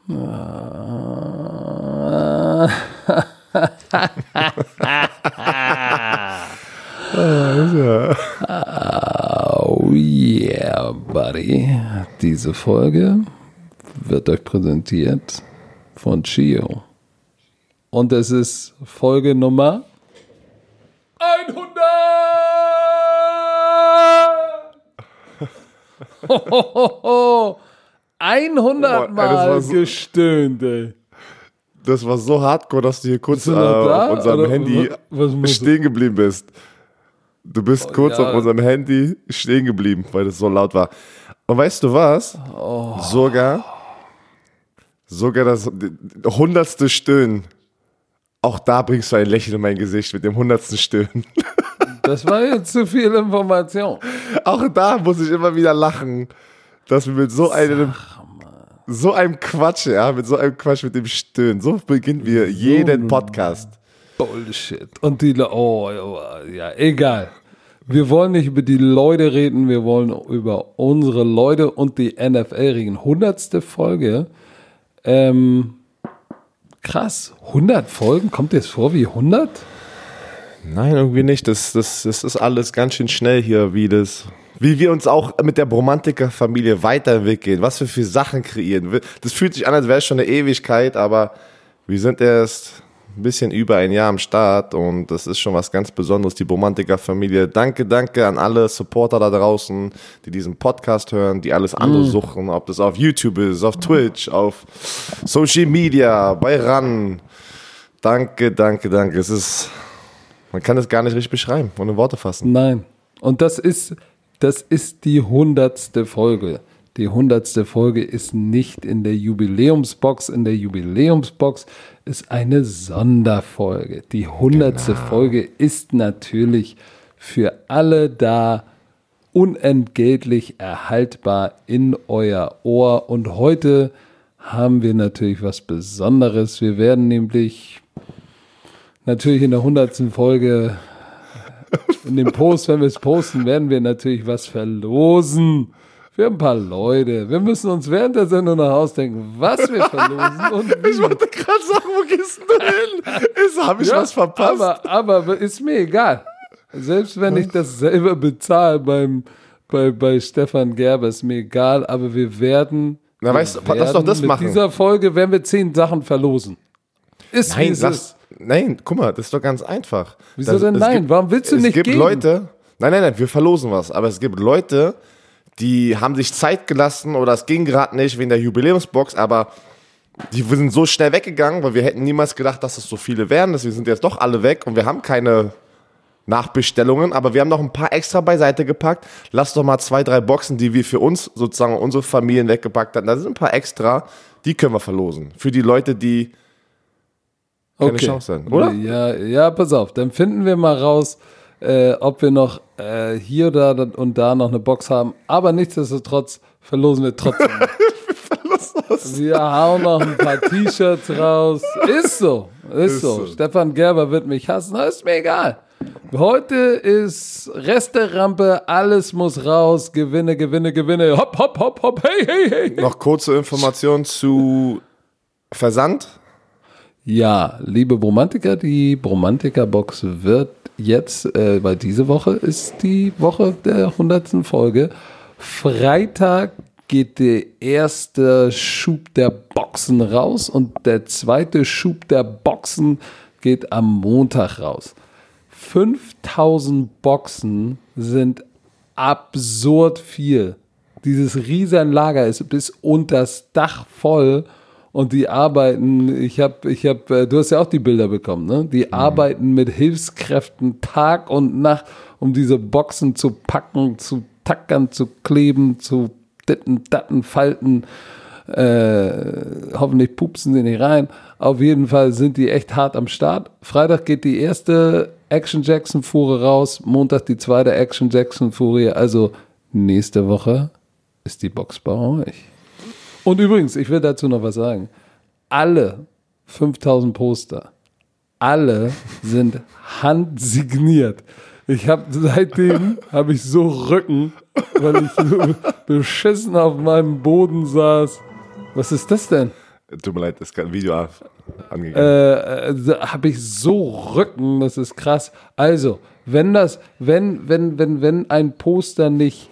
Oh yeah, buddy. Diese Folge wird euch präsentiert von Chio. Und es ist Folge Nummer 100! Hohoho. 100 Mal gestöhnt, ey. Das war so hardcore, dass du hier kurz auf unserem Handy stehen geblieben bist. Du bist kurz auf unserem Handy stehen geblieben, weil das so laut war. Und weißt du was? Sogar das 100. Stöhnen. Auch da bringst du ein Lächeln in mein Gesicht mit dem 100. Stöhnen. Das war jetzt zu viel Information. Auch da muss ich immer wieder lachen, dass wir mit so einem Quatsch, mit dem Stöhnen, so beginnen wir jeden Podcast. Bullshit. Und egal. Wir wollen nicht über die Leute reden, wir wollen über unsere Leute und die NFL reden. 100. Folge. Krass. 100 Folgen? Kommt dir das vor wie 100? Nein, irgendwie nicht. Das ist alles ganz schön schnell hier, wie wir uns auch mit der Bromantiker-Familie weiterentwickeln, was wir für Sachen kreieren. Das fühlt sich an, als wäre es schon eine Ewigkeit, aber wir sind erst ein bisschen über ein Jahr am Start und das ist schon was ganz Besonderes, die Bromantiker-Familie. Danke an alle Supporter da draußen, die diesen Podcast hören, die alles andere suchen, ob das auf YouTube ist, auf Twitch, auf Social Media, bei RAN. Danke. Man kann es gar nicht richtig beschreiben und in Worte fassen. Nein. Und das ist die 100. Folge. Die 100. Folge ist nicht in der Jubiläumsbox. In der Jubiläumsbox ist eine Sonderfolge. Die 100. Folge ist natürlich für alle da unentgeltlich erhaltbar in euer Ohr. Und heute haben wir natürlich was Besonderes. Wir werden nämlich natürlich in der 100. Folge, in dem Post, wenn wir es posten, werden wir natürlich was verlosen für ein paar Leute. Wir müssen uns während der Sendung noch ausdenken, was wir verlosen und wie. Ich wollte gerade sagen, wo gehst du denn hin? Habe ich was verpasst? Aber ist mir egal. Selbst wenn ich das selber bezahle bei Stefan Gerber, ist mir egal, aber wir werden, lass doch das mit machen. dieser Folge werden wir 10 Sachen verlosen. Nein, guck mal, das ist doch ganz einfach. Wieso denn nein? Warum willst du nicht geben? Es gibt Leute, nein, wir verlosen was, aber es gibt Leute, die haben sich Zeit gelassen oder es ging gerade nicht wegen der Jubiläumsbox, aber die sind so schnell weggegangen, weil wir hätten niemals gedacht, dass es so viele wären, wir sind jetzt doch alle weg und wir haben keine Nachbestellungen, aber wir haben noch ein paar extra beiseite gepackt. Lass doch mal 2, 3 Boxen, die wir für uns sozusagen unsere Familien weggepackt hatten, da sind ein paar extra, die können wir verlosen. Für die Leute, die keine Chance haben, oder? Ja, pass auf, dann finden wir mal raus, ob wir noch hier und da noch eine Box haben. Aber nichtsdestotrotz verlosen wir trotzdem. Wir hauen noch ein paar T-Shirts raus. Ist so. Stefan Gerber wird mich hassen. Das ist mir egal. Heute ist Resterampe, alles muss raus. Gewinne. Hopp, hopp, hopp, hopp. Hey. Noch kurze Information zu Versand. Ja, liebe Bromantiker, die Bromantiker-Box wird jetzt, weil diese Woche ist die Woche der 100. Folge. Freitag geht der erste Schub der Boxen raus und der zweite Schub der Boxen geht am Montag raus. 5000 Boxen sind absurd viel. Dieses Riesenlager ist bis unters Dach voll. Und die arbeiten, du hast ja auch die Bilder bekommen, ne? Die arbeiten mit Hilfskräften Tag und Nacht, um diese Boxen zu packen, zu tackern, zu kleben, zu datten, falten. Hoffentlich pupsen sie nicht rein. Auf jeden Fall sind die echt hart am Start. Freitag geht die erste Action Jackson Fuhre raus, Montag die zweite Action Jackson Fuhre. Also nächste Woche ist die Box bei euch. Und übrigens, ich will dazu noch was sagen. Alle 5000 Poster, alle sind handsigniert. Seitdem habe ich so Rücken, weil ich so beschissen auf meinem Boden saß. Was ist das denn? Tut mir leid, das ist ein Video angegangen. Habe ich so Rücken, das ist krass. Also, wenn ein Poster nicht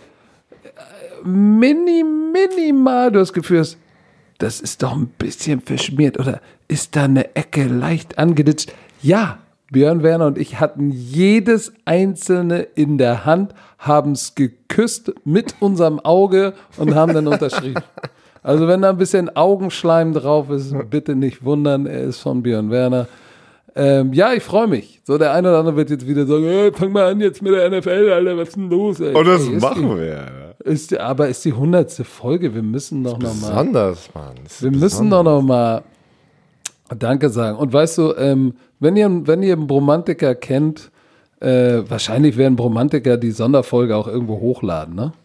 minimal, du hast Gefühl, das ist doch ein bisschen verschmiert oder ist da eine Ecke leicht angeditscht? Ja, Björn Werner und ich hatten jedes einzelne in der Hand, haben es geküsst mit unserem Auge und haben dann unterschrieben. Also wenn da ein bisschen Augenschleim drauf ist, bitte nicht wundern, er ist von Björn Werner. Ja, ich freue mich. So, der eine oder andere wird jetzt wieder sagen, hey, fang mal an jetzt mit der NFL, Alter, was ist denn los? Ey? Und das machen wir, ja. Aber ist die 100. Folge, wir müssen doch noch mal. Besonders, Mann. Wir müssen doch noch mal Danke sagen. Und weißt du, wenn ihr einen Bromantiker kennt, wahrscheinlich werden Bromantiker die Sonderfolge auch irgendwo hochladen, ne?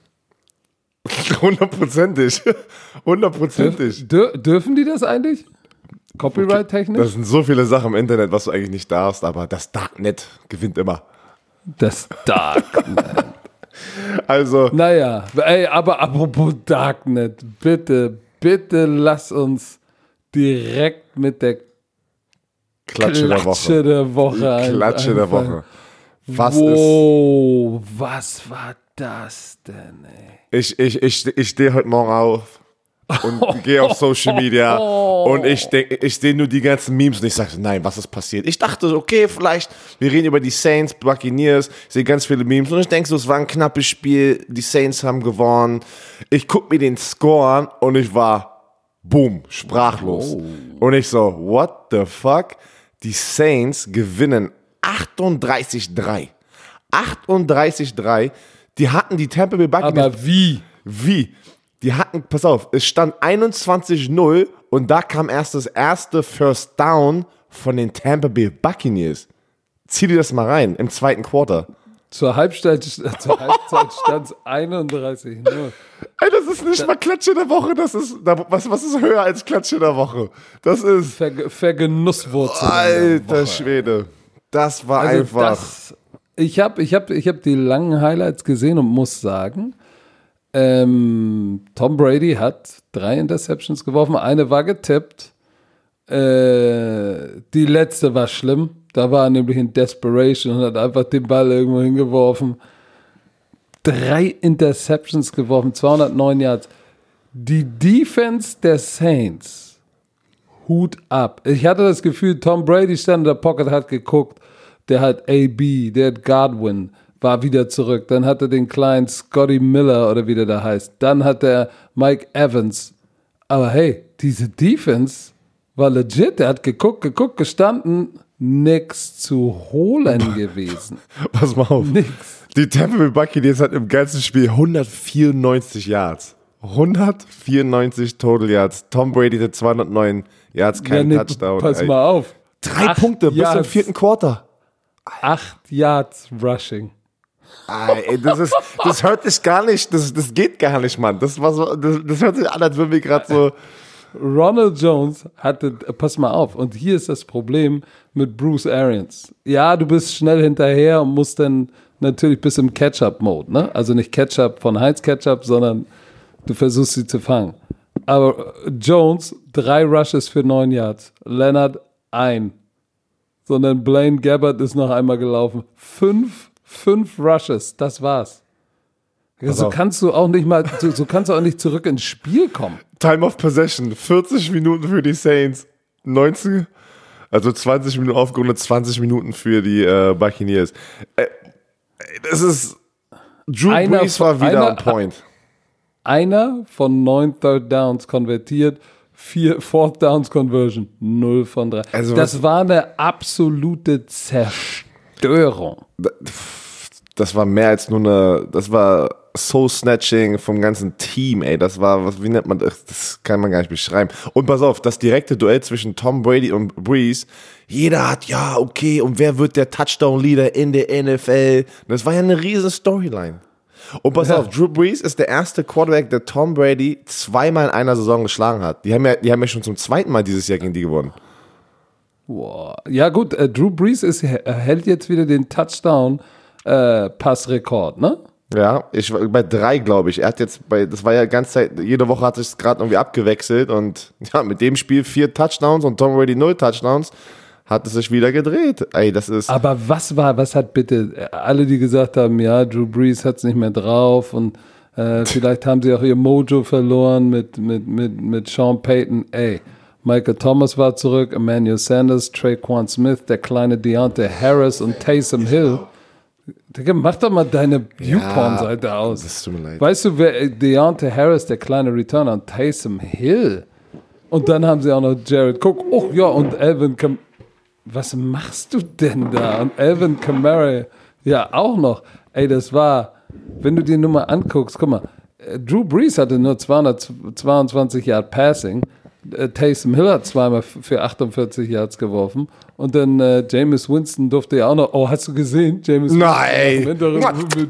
100%. 100%. Dürfen die das eigentlich? Copyright-technisch? Das sind so viele Sachen im Internet, was du eigentlich nicht darfst, aber das Darknet gewinnt immer. Das Darknet. Also. Naja, ey, aber apropos Darknet, bitte lass uns direkt mit der Klatsche der Woche anfangen. Was war das denn, ey? Ich stehe heute Morgen auf und gehe auf Social Media und ich sehe nur die ganzen Memes und ich sage, nein, was ist passiert? Ich dachte, okay, vielleicht, wir reden über die Saints, Buccaneers, ich sehe ganz viele Memes und ich denke so, es war ein knappes Spiel, die Saints haben gewonnen. Ich gucke mir den Score an und ich war, boom, sprachlos. Und ich so, what the fuck? Die Saints gewinnen 38-3. 38-3. Die hatten die Tampa Bay Buccaneers. Aber wie? Wie? Die hatten, pass auf, es stand 21-0 und da kam erst das erste First Down von den Tampa Bay Buccaneers. Zieh dir das mal rein, im zweiten Quarter. Zur Halbzeit stand es 31-0. Ey, das ist nicht mal Klatsche der Woche, das ist, was ist höher als Klatsche der Woche? Das ist Vergenusswurzel. Alter Schwede. Das war also einfach. Ich hab die langen Highlights gesehen und muss sagen, Tom Brady hat 3 Interceptions geworfen, eine war getippt, die letzte war schlimm, da war er nämlich in Desperation und hat einfach den Ball irgendwo hingeworfen. 3 Interceptions geworfen, 209 Yards. Die Defense der Saints, Hut ab. Ich hatte das Gefühl, Tom Brady stand in der Pocket, hat geguckt, der hat AB, der hat Godwin, war wieder zurück. Dann hat er den kleinen Scotty Miller oder wie der da heißt. Dann hat er Mike Evans. Aber hey, diese Defense war legit. Der hat geguckt, gestanden. Nix zu holen gewesen. Pass mal auf. Nix. Die Tampa Bay Buccaneers hat im ganzen Spiel 194 Yards. 194 Total Yards. Tom Brady hatte 209 Yards, kein Touchdown. Pass mal auf. 3 Punkte bis zum 4. Quarter. 8 Yards Rushing. Ey, das hört sich gar nicht, das geht gar nicht, Mann. Das hört sich an, als würden wir gerade so. Ronald Jones hatte, pass mal auf, und hier ist das Problem mit Bruce Arians. Ja, du bist schnell hinterher und musst dann natürlich bis im Catch-up-Mode, ne? Also nicht Catch-up von Heinz Ketchup, sondern du versuchst sie zu fangen. Aber Jones, 3 Rushes für 9 Yards. Leonard, 1. Sondern Blaine Gabbert ist noch einmal gelaufen. 5 Rushes, das war's. So kannst du auch nicht mal, so kannst du auch nicht zurück ins Spiel kommen. Time of Possession, 40 Minuten für die Saints, 19, also 20 Minuten aufgerundet, 20 Minuten für die Buccaneers. Das ist, Drew Brees war wieder on point. Einer von 9 Third Downs konvertiert, 4 Fourth Downs Conversion, 0 von 3. Also das war eine absolute Zerstörung. Das war mehr als nur das war Soul-Snatching vom ganzen Team, ey. Das war, wie nennt man das? Das kann man gar nicht beschreiben. Und pass auf, das direkte Duell zwischen Tom Brady und Brees, jeder hat, ja, okay, und wer wird der Touchdown-Leader in der NFL? Das war ja eine riesen Storyline. Und pass auf, Drew Brees ist der erste Quarterback, der Tom Brady 2-mal in einer Saison geschlagen hat. Die haben ja schon zum 2. Mal dieses Jahr gegen die gewonnen. Wow. Ja gut, Drew Brees hält jetzt wieder den Touchdown Passrekord, ne? Ja, ich war bei 3, glaube ich. Er hat jetzt das war ja die ganze Zeit, jede Woche hat sich gerade irgendwie abgewechselt und ja, mit dem Spiel 4 Touchdowns und Tom Brady 0 Touchdowns, hat es sich wieder gedreht. Ey, das ist. Aber was hat bitte, alle, die gesagt haben, ja, Drew Brees hat es nicht mehr drauf und vielleicht haben sie auch ihr Mojo verloren mit Sean Payton. Ey, Michael Thomas war zurück, Emmanuel Sanders, Traquan Smith, der kleine Deontay Harris und Taysom Hill. Digga, mach doch mal deine YouPorn-Seite aus. Das tut mir leid. Weißt du, wer Deontay Harris, der kleine Returner, und Taysom Hill? Und dann haben sie auch noch Jared Cook. Oh ja, und Alvin Kamara. Was machst du denn da? Und Alvin Kamara, ja, auch noch. Ey, das war, wenn du dir nur mal anguckst, guck mal, Drew Brees hatte nur 222 Yard Passing. Taysom Hill hat zweimal für 48 Yards geworfen. Und dann Jameis Winston durfte ja auch noch. Oh, hast du gesehen? Jameis Winston.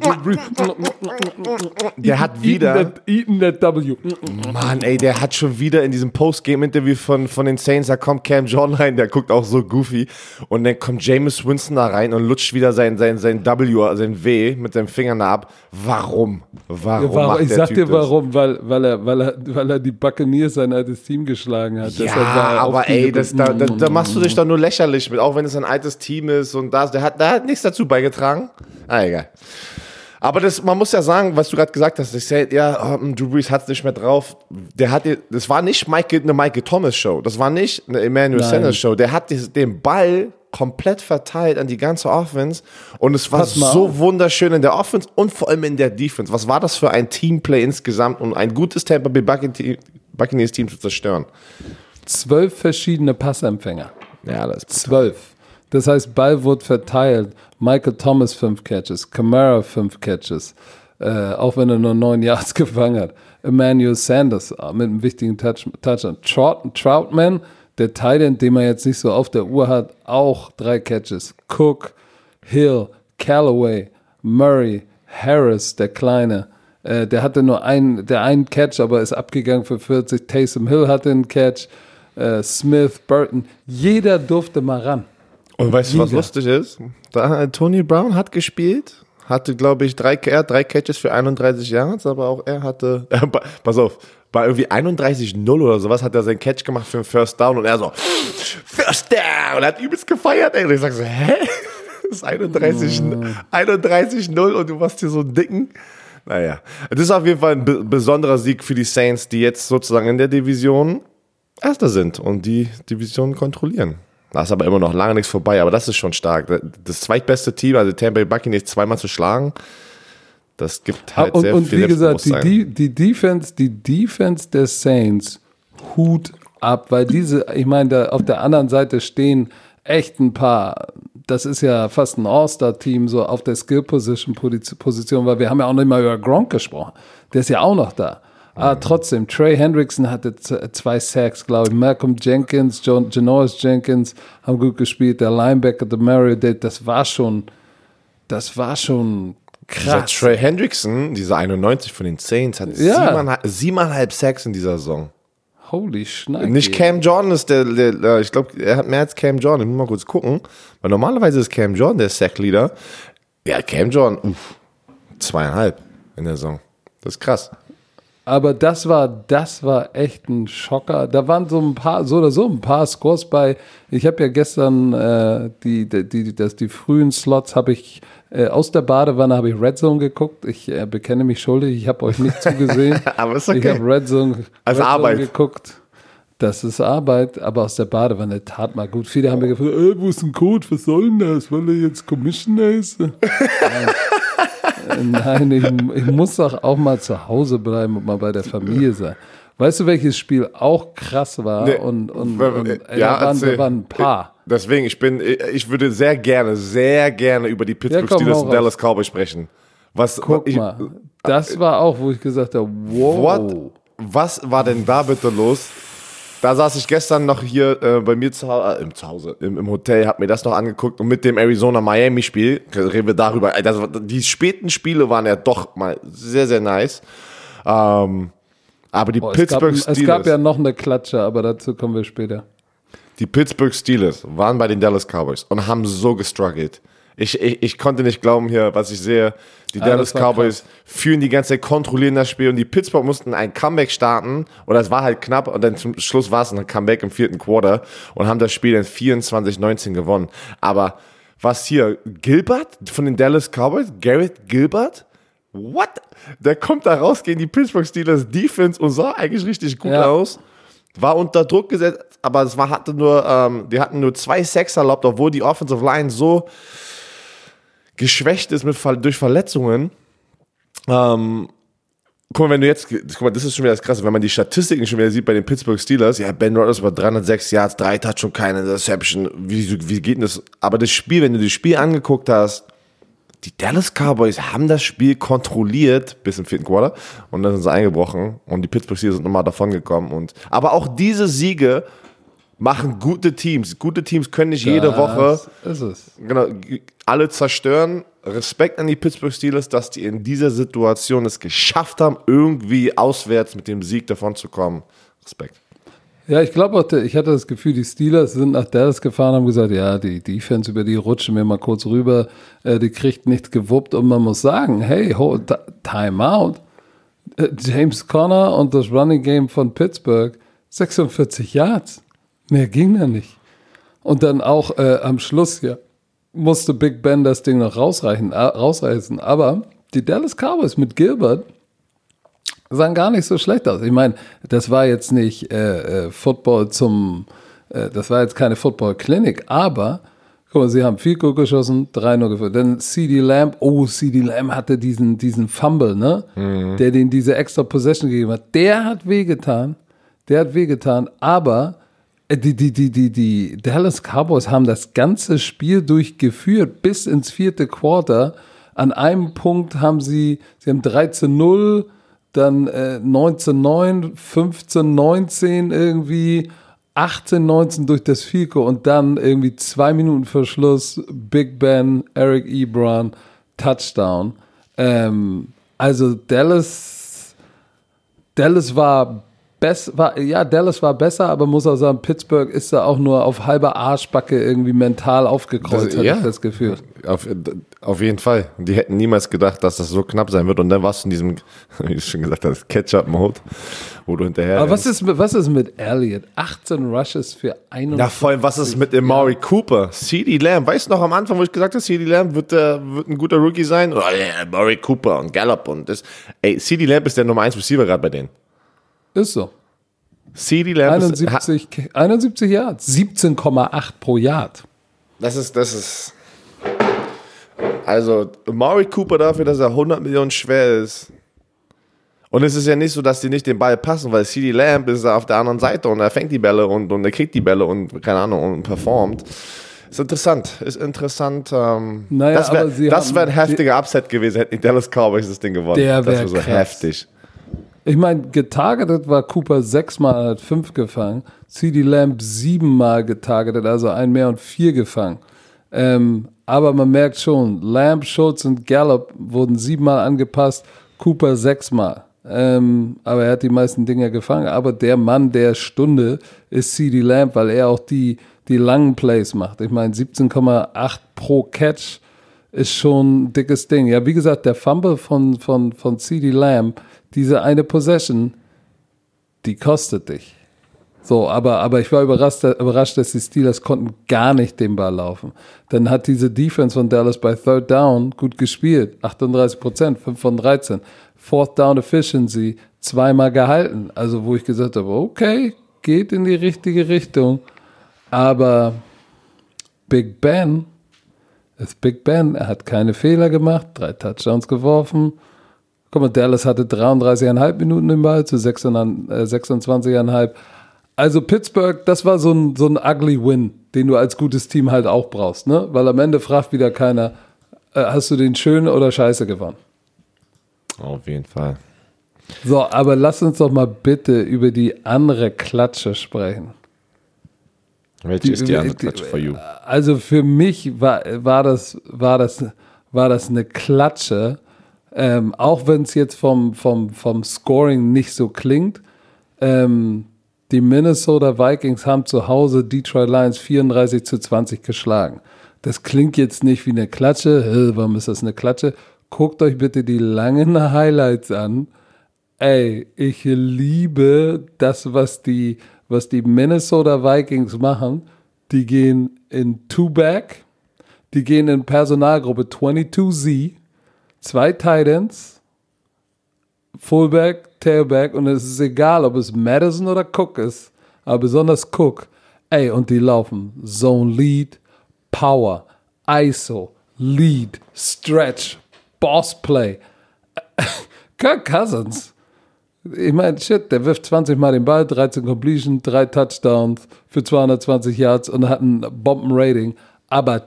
Der hat wieder. Eaten that W. Mann, ey, der hat schon wieder in diesem Postgame-Interview von den Saints, da kommt Cam Jordan rein, der guckt auch so goofy. Und dann kommt Jameis Winston da rein und lutscht wieder sein W, sein W mit seinen Fingern da ab. Warum? Macht ich der sag Typ dir warum, weil er die Buccaneers sein altes Team geschlagen hat. Ja, aber ey, da machst du dich doch nur lächerlich mit, auch wenn es ein altes Team ist und der hat nichts dazu beigetragen. Egal. Aber man muss ja sagen, was du gerade gesagt hast, Drew Brees hat es nicht mehr drauf. Das war nicht eine Michael Thomas Show, das war nicht eine Emmanuel Sanders Show. Der hat den Ball komplett verteilt an die ganze Offense und es war so wunderschön in der Offense und vor allem in der Defense. Was war das für ein Teamplay insgesamt, um ein gutes Tampa Bay Buccaneers Team zu zerstören? 12 verschiedene Passempfänger. Ja, das ist 12. Das heißt, Ball wurde verteilt. Michael Thomas 5 Catches, Kamara 5 Catches, auch wenn er nur 9 Yards gefangen hat. Emmanuel Sanders mit einem wichtigen Touchdown. Troutman, der Tight End, den man jetzt nicht so auf der Uhr hat, auch 3 Catches. Cook, Hill, Callaway, Murray, Harris, der Kleine. Der hatte nur einen Catch, aber ist abgegangen für 40. Taysom Hill hatte einen Catch. Smith, Burton. Jeder durfte mal ran. Und weißt du, was lustig ist? Tony Brown hat gespielt, hatte, glaube ich, 3 Catches für 31 Yards, aber auch er hatte, pass auf, bei irgendwie 31-0 oder sowas hat er seinen Catch gemacht für einen First Down und er so, First Down! Und er hat übelst gefeiert, ey. Und ich sag so, hä? Das ist 31-0 und du machst hier so einen dicken. Naja, das ist auf jeden Fall ein besonderer Sieg für die Saints, die jetzt sozusagen in der Division Erster sind und die Division kontrollieren. Da ist aber immer noch lange nichts vorbei, aber das ist schon stark. Das zweitbeste Team, also Tampa Bay Buccaneers, zweimal zu schlagen, das gibt halt sehr viel. Und wie gesagt, die Defense der Saints, Hut ab, weil ich meine, da auf der anderen Seite stehen echt ein paar, das ist ja fast ein All-Star-Team, so auf der Skill-Position, weil wir haben ja auch nicht mal über Gronk gesprochen. Der ist ja auch noch da. Aber trotzdem, Trey Hendrickson hatte 2 Sacks, glaube ich. Malcolm Jenkins, Janoris Jenkins haben gut gespielt. Der Linebacker, der Mario Date, das war schon krass. Trey Hendrickson, dieser 91 von den Saints, hat 7,5 Sacks in dieser Saison. Holy Schneide. Nicht Cam Jordan ist der ich glaube, er hat mehr als Cam Jordan. Ich muss mal kurz gucken. Weil normalerweise ist Cam Jordan der Sack-Leader. Ja, Cam Jordan, 2,5 in der Saison. Das ist krass. Aber das war echt ein Schocker. Da waren so ein paar Scores bei. Ich habe ja gestern die frühen Slots habe ich aus der Badewanne habe ich Red Zone geguckt. Ich bekenne mich schuldig. Ich habe euch nicht zugesehen. Aber ist okay. Ich habe Red Zone Arbeit geguckt. Das ist Arbeit, aber aus der Badewanne tat mal gut. Viele haben mir gefragt, wo ist ein Code? Was soll denn das? Weil er jetzt Commissioner ist? Nein, ich muss doch auch mal zu Hause bleiben und mal bei der Familie sein. Weißt du, welches Spiel auch krass war? Da waren ein paar. Deswegen, ich würde sehr gerne über die Pittsburgh Steelers und Dallas Cowboys sprechen. Guck mal, das war auch, wo ich gesagt habe, wow. Was war denn da bitte los? Da saß ich gestern noch hier bei mir im Hotel, hab mir das noch angeguckt und mit dem Arizona-Miami-Spiel, reden wir darüber, die späten Spiele waren ja doch mal sehr, sehr nice. Aber die Pittsburgh Steelers... Es gab ja noch eine Klatsche, aber dazu kommen wir später. Die Pittsburgh Steelers waren bei den Dallas Cowboys und haben so gestruggelt. Ich konnte nicht glauben hier, was ich sehe. Die Dallas Cowboys führen die ganze Zeit, kontrollieren das Spiel und die Pittsburgh mussten ein Comeback starten oder es war halt knapp und dann zum Schluss war es ein Comeback im 4. Quarter und haben das Spiel dann 24-19 gewonnen. Aber was hier, Gilbert von den Dallas Cowboys, Garrett Gilbert? What? Der kommt da raus gegen die Pittsburgh Steelers Defense und sah eigentlich richtig gut aus. War unter Druck gesetzt, aber die hatten nur 2 Sacks erlaubt, obwohl die Offensive Line so geschwächt ist durch Verletzungen. Guck mal, das ist schon wieder das Krasse, wenn man die Statistiken schon wieder sieht bei den Pittsburgh Steelers, ja, Ben Rodgers über 306 Yards, 3 Touchdowns, keine Interception, wie geht denn das? Aber das Spiel, wenn du das Spiel angeguckt hast, die Dallas Cowboys haben das Spiel kontrolliert bis im 4. Quarter und dann sind sie eingebrochen und die Pittsburgh Steelers sind nochmal davon gekommen. Aber auch diese Siege machen gute Teams. Gute Teams können nicht jede Woche alle zerstören. Respekt an die Pittsburgh Steelers, dass die in dieser Situation es geschafft haben, irgendwie auswärts mit dem Sieg davon zu kommen. Respekt. Ja, ich glaube auch, ich hatte das Gefühl, die Steelers sind nach Dallas gefahren und haben gesagt, ja, die Defense, über die rutschen wir mal kurz rüber, die kriegt nichts gewuppt und man muss sagen, hey, time out. James Conner und das Running Game von Pittsburgh, 46 Yards. Mehr ging da nicht. Und dann auch am Schluss musste Big Ben das Ding noch rausreißen. Aber die Dallas Cowboys mit Gilbert sahen gar nicht so schlecht aus. Ich meine, das war jetzt nicht Football das war jetzt keine Football-Klinik, aber guck mal, sie haben viel Goal geschossen, 3-0 geführt. Dann CeeDee Lamb hatte diesen Fumble, ne? Der den diese extra Possession gegeben hat. Der hat wehgetan, aber die Dallas Cowboys haben das ganze Spiel durchgeführt bis ins 4. Quarter. An einem Punkt haben sie haben 13-0, dann 19-9, 15-19 irgendwie, 18-19 durch das Field Goal und dann irgendwie 2 Minuten vor Schluss Big Ben, Eric Ebron, Touchdown. Also Dallas war besser, aber muss auch sagen, Pittsburgh ist da auch nur auf halber Arschbacke irgendwie mental aufgekreuzt, hatte ich das Gefühl. Auf jeden Fall. Die hätten niemals gedacht, dass das so knapp sein wird. Und dann warst du in diesem, wie du schon gesagt hast, Ketchup-Mode, wo du hinterher. Aber was ist mit Elliott? 18 Rushes für 21. Na, vor allem, was ist mit Amari Cooper? CeeDee Lamb. Weißt du noch am Anfang, wo ich gesagt habe, CeeDee Lamb wird ein guter Rookie sein? Oh, yeah, Amari Cooper und Gallup und das. Ey, CeeDee Lamb ist der Nummer 1 Receiver gerade bei denen. Ist so. CeeDee Lamb 71 Yards, 17,8 pro Yard. Das ist. Also, Amari Cooper dafür, dass er 100 Millionen schwer ist. Und es ist ja nicht so, dass die nicht den Ball passen, weil CeeDee Lamb ist auf der anderen Seite und er fängt die Bälle und er kriegt die Bälle und, keine Ahnung, und performt. Ist interessant. Das wäre ein heftiger Upset gewesen, hätten die Dallas Cowboys das Ding gewonnen. Das wäre so heftig. Ich meine, getargetet war Cooper 6-mal, hat 5 gefangen. CeeDee Lamb 7-mal getargetet, also 1 mehr und 4 gefangen. Aber man merkt schon, Lamb, Schultz und Gallup wurden 7-mal angepasst, Cooper 6-mal. Aber er hat die meisten Dinger gefangen. Aber der Mann der Stunde ist CeeDee Lamb, weil er auch die langen Plays macht. Ich meine, 17,8 pro Catch ist schon ein dickes Ding. Ja, wie gesagt, der Fumble von CeeDee Lamb, diese eine Possession, die kostet dich. So, aber ich war überrascht, dass die Steelers konnten gar nicht den Ball laufen. Dann hat diese Defense von Dallas bei Third Down gut gespielt. 38%, 5 von 13. Fourth Down Efficiency, 2-mal gehalten. Also wo ich gesagt habe, okay, geht in die richtige Richtung. Aber Big Ben ist Big Ben. Er hat keine Fehler gemacht, 3 Touchdowns geworfen. Guck mal, Dallas hatte 33,5 Minuten den Ball zu 26,5. Also Pittsburgh, das war so ein ugly Win, den du als gutes Team halt auch brauchst, ne? Weil am Ende fragt wieder keiner, hast du den schön oder scheiße gewonnen? Auf jeden Fall. So, aber lass uns doch mal bitte über die andere Klatsche sprechen. Welche ist die andere Klatsche for you? Also für mich war das eine Klatsche, auch wenn es jetzt vom Scoring nicht so klingt. Die Minnesota Vikings haben zu Hause Detroit Lions 34-20 geschlagen. das klingt jetzt nicht wie eine Klatsche. Warum ist das eine Klatsche? Guckt euch bitte die langen Highlights an. Ey, ich liebe das, was die Minnesota Vikings machen. Die gehen in Two-Back, die gehen in Personalgruppe 22Z, 2 Tight Ends, Fullback, Tailback und es ist egal, ob es Madison oder Cook ist, aber besonders Cook. Ey, und die laufen Zone Lead, Power, ISO, Lead, Stretch, Boss Play. Kirk Cousins. Ich meine, shit, der wirft 20 Mal den Ball, 13 Completion, 3 Touchdowns für 220 Yards und hat ein Bombenrating. Aber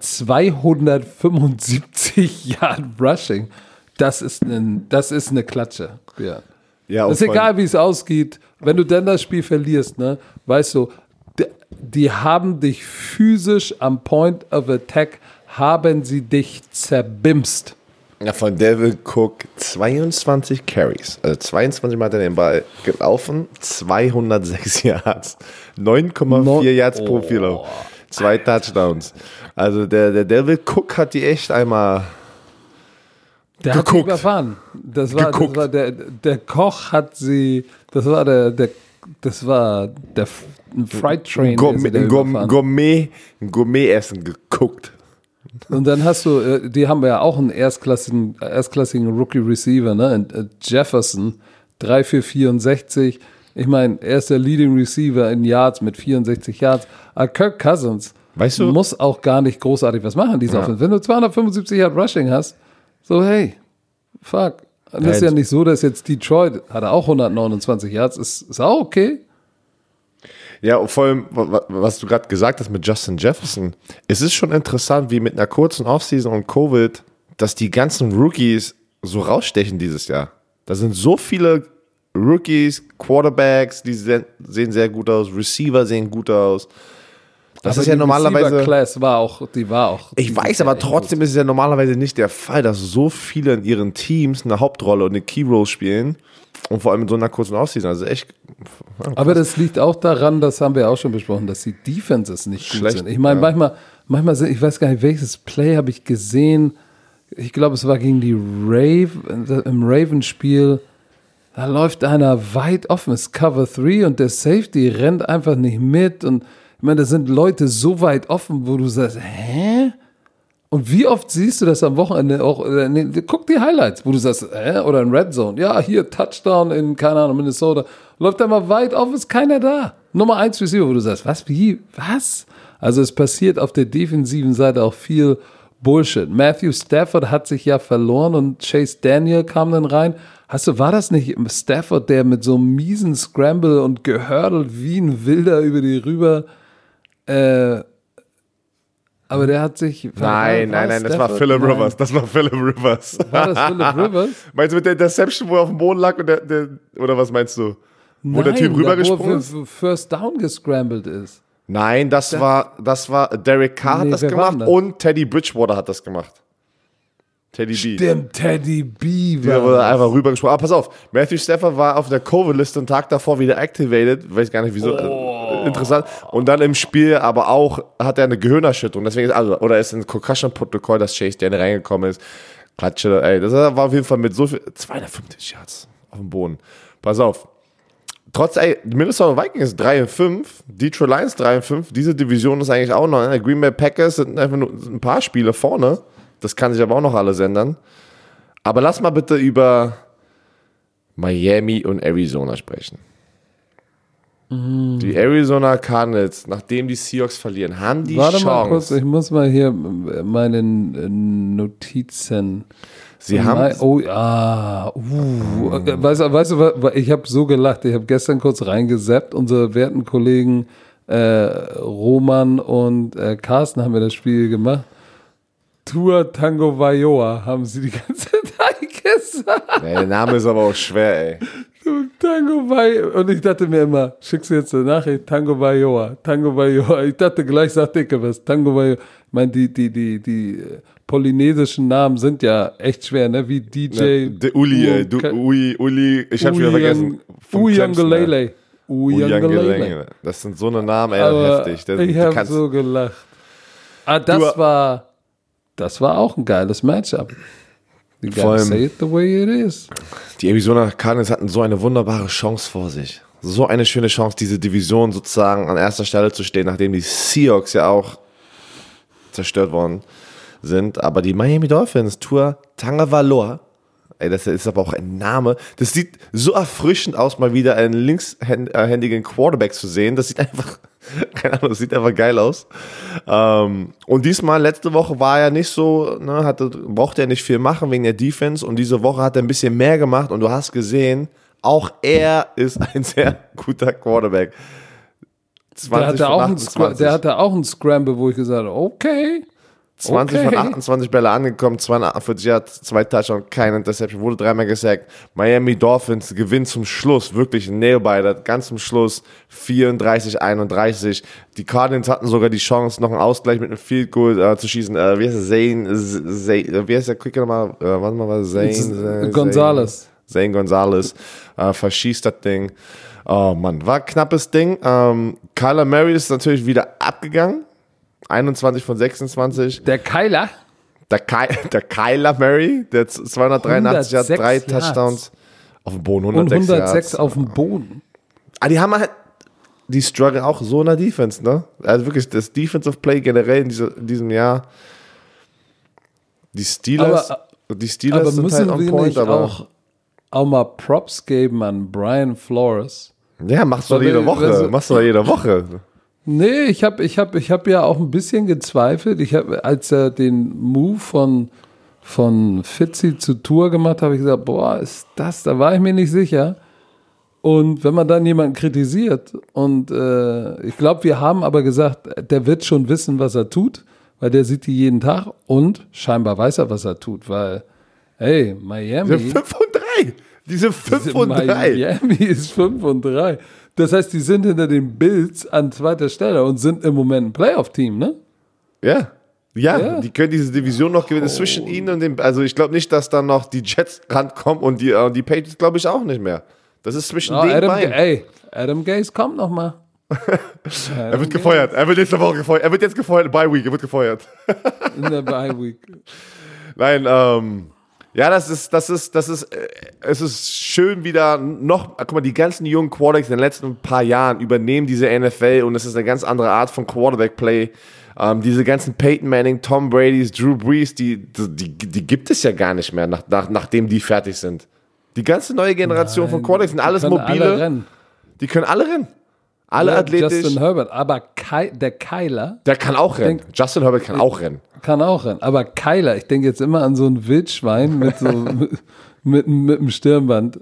275 Yard Rushing, das ist eine Klatsche. Ja. Ja, ist egal, wie es ausgeht. Wenn du dann das Spiel verlierst, ne, weißt du, die haben dich physisch am Point of Attack, haben sie dich zerbimst. Ja, von Devin Cook 22 Carries. Also 22 Mal hat er den Ball gelaufen, 206 Yards, 9,4 Yards pro Kilo, 2 Touchdowns. Also der Devin Cook hat die echt einmal der geguckt. Hat sie überfahren. Das war der Koch hat sie, das war der Fright Train. Gourmet-Essen geguckt. Und dann hast du, die haben ja auch einen erstklassigen Rookie-Receiver, ne? Jefferson, 3 für 64. Ich meine, er ist der Leading Receiver in Yards mit 64 Yards. Aber Kirk Cousins muss auch gar nicht großartig was machen, diese Offense. Wenn du 275 Yard Rushing hast, so hey, fuck. Und das ist ja nicht so, dass jetzt Detroit, hat er auch 129 Yards, ist auch okay. Ja, und vor allem, was du gerade gesagt hast mit Justin Jefferson, es ist schon interessant, wie mit einer kurzen Offseason und Covid, dass die ganzen Rookies so rausstechen dieses Jahr. Da sind so viele Rookies, Quarterbacks, die sehen sehr gut aus, Receiver sehen gut aus. Das ist ja normalerweise. Class war auch. Ich weiß, aber trotzdem ist es ja normalerweise nicht der Fall, dass so viele in ihren Teams eine Hauptrolle und eine Key-Role spielen. Und vor allem in so einer kurzen Offseason. Also echt. Ja, aber das liegt auch daran, das haben wir auch schon besprochen, dass die Defenses nicht gut sind. Ich meine, manchmal sind, ich weiß gar nicht, welches Play habe ich gesehen. Ich glaube, es war gegen die im Ravens-Spiel. Da läuft einer weit offen, ist Cover 3 und der Safety rennt einfach nicht mit. Und ich meine, da sind Leute so weit offen, wo du sagst, hä? Und wie oft siehst du das am Wochenende auch, guck die Highlights, wo du sagst, oder in Red Zone, ja, hier Touchdown in, keine Ahnung, Minnesota, läuft da mal weit auf, ist keiner da. Nummer 1 Receiver, wo du sagst, was? Also es passiert auf der defensiven Seite auch viel Bullshit. Matthew Stafford hat sich ja verloren und Chase Daniel kam dann rein. War das nicht Stafford, der mit so einem miesen Scramble und gehördelt wie ein Wilder über die rüber, aber der hat sich... Nein, das war Phillip Rivers. War das Phillip Rivers? Meinst du mit der Interception, wo er auf dem Boden lag oder was meinst du? Wo der Typ rübergesprungen ist? Wo First Down gescrambled ist. Nein, das war Derek Carr hat das gemacht und Teddy Bridgewater hat das gemacht. Teddy B. Stimmt, Teddy B. Der wurde einfach rübergesprungen. Aber pass auf, Matthew Stafford war auf der Covid-Liste einen Tag davor wieder activated. Weiß gar nicht wieso. Interessant. Und dann im Spiel aber auch hat er eine Gehirnerschütterung. Deswegen ist ein Concussion-Protokoll, dass Chase Daniel reingekommen ist. Klatsche, ey. Das war auf jeden Fall mit so viel. 250 Yards auf dem Boden. Pass auf. Die Minnesota Vikings 3-5, Detroit Lions 3-5. Diese Division ist eigentlich auch noch. Green Bay Packers sind einfach nur ein paar Spiele vorne. Das kann sich aber auch noch alles ändern. Aber lass mal bitte über Miami und Arizona sprechen. Die Arizona Cardinals, nachdem die Seahawks verlieren, haben die Chance. Warte mal kurz, ich muss mal hier meine Notizen. Sie haben... Weißt du, ich habe so gelacht. Ich habe gestern kurz reingesappt. Unsere werten Kollegen Roman und Carsten haben mir das Spiel gemacht. Tua Tango Vailoa haben sie die ganze Zeit gesagt. Der Name ist aber auch schwer, ey. Tango Vailoa. Und ich dachte mir immer, schickst du jetzt eine Nachricht? Tango Vailoa. Ich dachte gleich, sagt Dicke was. Tango Vailoa. Ich meine, die polynesischen Namen sind ja echt schwer, ne? Wie DJ. Uli, ich hab schon wieder vergessen. Uyangalele. Das sind so eine Namen, ey, heftig. Ich habe so gelacht. Das war auch ein geiles Matchup. You gotta say it the way it is. Die Arizona Cardinals hatten so eine wunderbare Chance vor sich. So eine schöne Chance, diese Division sozusagen an erster Stelle zu stehen, nachdem die Seahawks ja auch zerstört worden sind. Aber die Miami Dolphins, Tua Tagovailoa, das ist aber auch ein Name. Das sieht so erfrischend aus, mal wieder einen linkshändigen Quarterback zu sehen. Das sieht einfach, keine Ahnung, das sieht einfach geil aus. Und diesmal, letzte Woche war er nicht so, ne, brauchte er nicht viel machen wegen der Defense. Und diese Woche hat er ein bisschen mehr gemacht. Und du hast gesehen, auch er ist ein sehr guter Quarterback. 20 der hatte auch einen Scramble, wo ich gesagt habe, okay. 20 von 28 Bälle angekommen, 248 Yards, 2 Touchdowns, keine Interception, wurde 3-mal gesackt. Miami Dolphins gewinnt zum Schluss, wirklich ein Nailbiter, ganz zum Schluss 34-31. Die Cardinals hatten sogar die Chance, noch einen Ausgleich mit einem Field Goal zu schießen. Wie heißt der? Wie heißt der Quicker nochmal? Warte mal, Zane Gonzalez verschießt das Ding. Oh Mann, war ein knappes Ding. Kyler Murray ist natürlich wieder abgegangen. 21 von 26. Der Kyler Murray, der 283 hat 3 Touchdowns auf dem Boden, 106 auf dem Boden. Aber die haben halt, die struggle auch so in der Defense, ne? Also wirklich, das Defensive Play generell in diesem Jahr. Die Steelers sind halt on point, aber auch mal Props geben an Brian Flores. Ja, machst du jede Woche. Nee, ich hab ja auch ein bisschen gezweifelt. Als er den Move von Fitzy zu Tour gemacht hat, habe ich gesagt, boah, ist das, da war ich mir nicht sicher. Und wenn man dann jemanden kritisiert und ich glaube, wir haben aber gesagt, der wird schon wissen, was er tut, weil der sieht die jeden Tag und scheinbar weiß er, was er tut, weil, hey, Miami. Diese 5 und 3. Miami ist 5-3. Das heißt, die sind hinter den Bills an zweiter Stelle und sind im Moment ein Playoff-Team, ne? Ja, die können diese Division noch gewinnen. Zwischen ihnen und dem, also ich glaube nicht, dass dann noch die Jets rankommen und die Patriots glaube ich auch nicht mehr. Das ist zwischen den beiden. Adam Gase kommt noch mal. Er wird gefeuert. Er wird jetzt eine Woche gefeuert. Er wird jetzt gefeuert in der Bye Week. Er wird gefeuert. In der Bye Week. Nein, ja, es ist schön wieder noch, guck mal, die ganzen jungen Quarterbacks in den letzten paar Jahren übernehmen diese NFL und es ist eine ganz andere Art von Quarterback-Play. Diese ganzen Peyton Manning, Tom Bradys, Drew Brees, die gibt es ja gar nicht mehr, nachdem die fertig sind. Die ganze neue Generation von Quarterbacks sind alles mobile. Die können alle rennen. Alle athletisch. Justin Herbert, aber der Kyler. Der kann auch rennen. Justin Herbert kann auch rennen. Aber Kyler, ich denke jetzt immer an so ein Wildschwein mit einem Stirnband.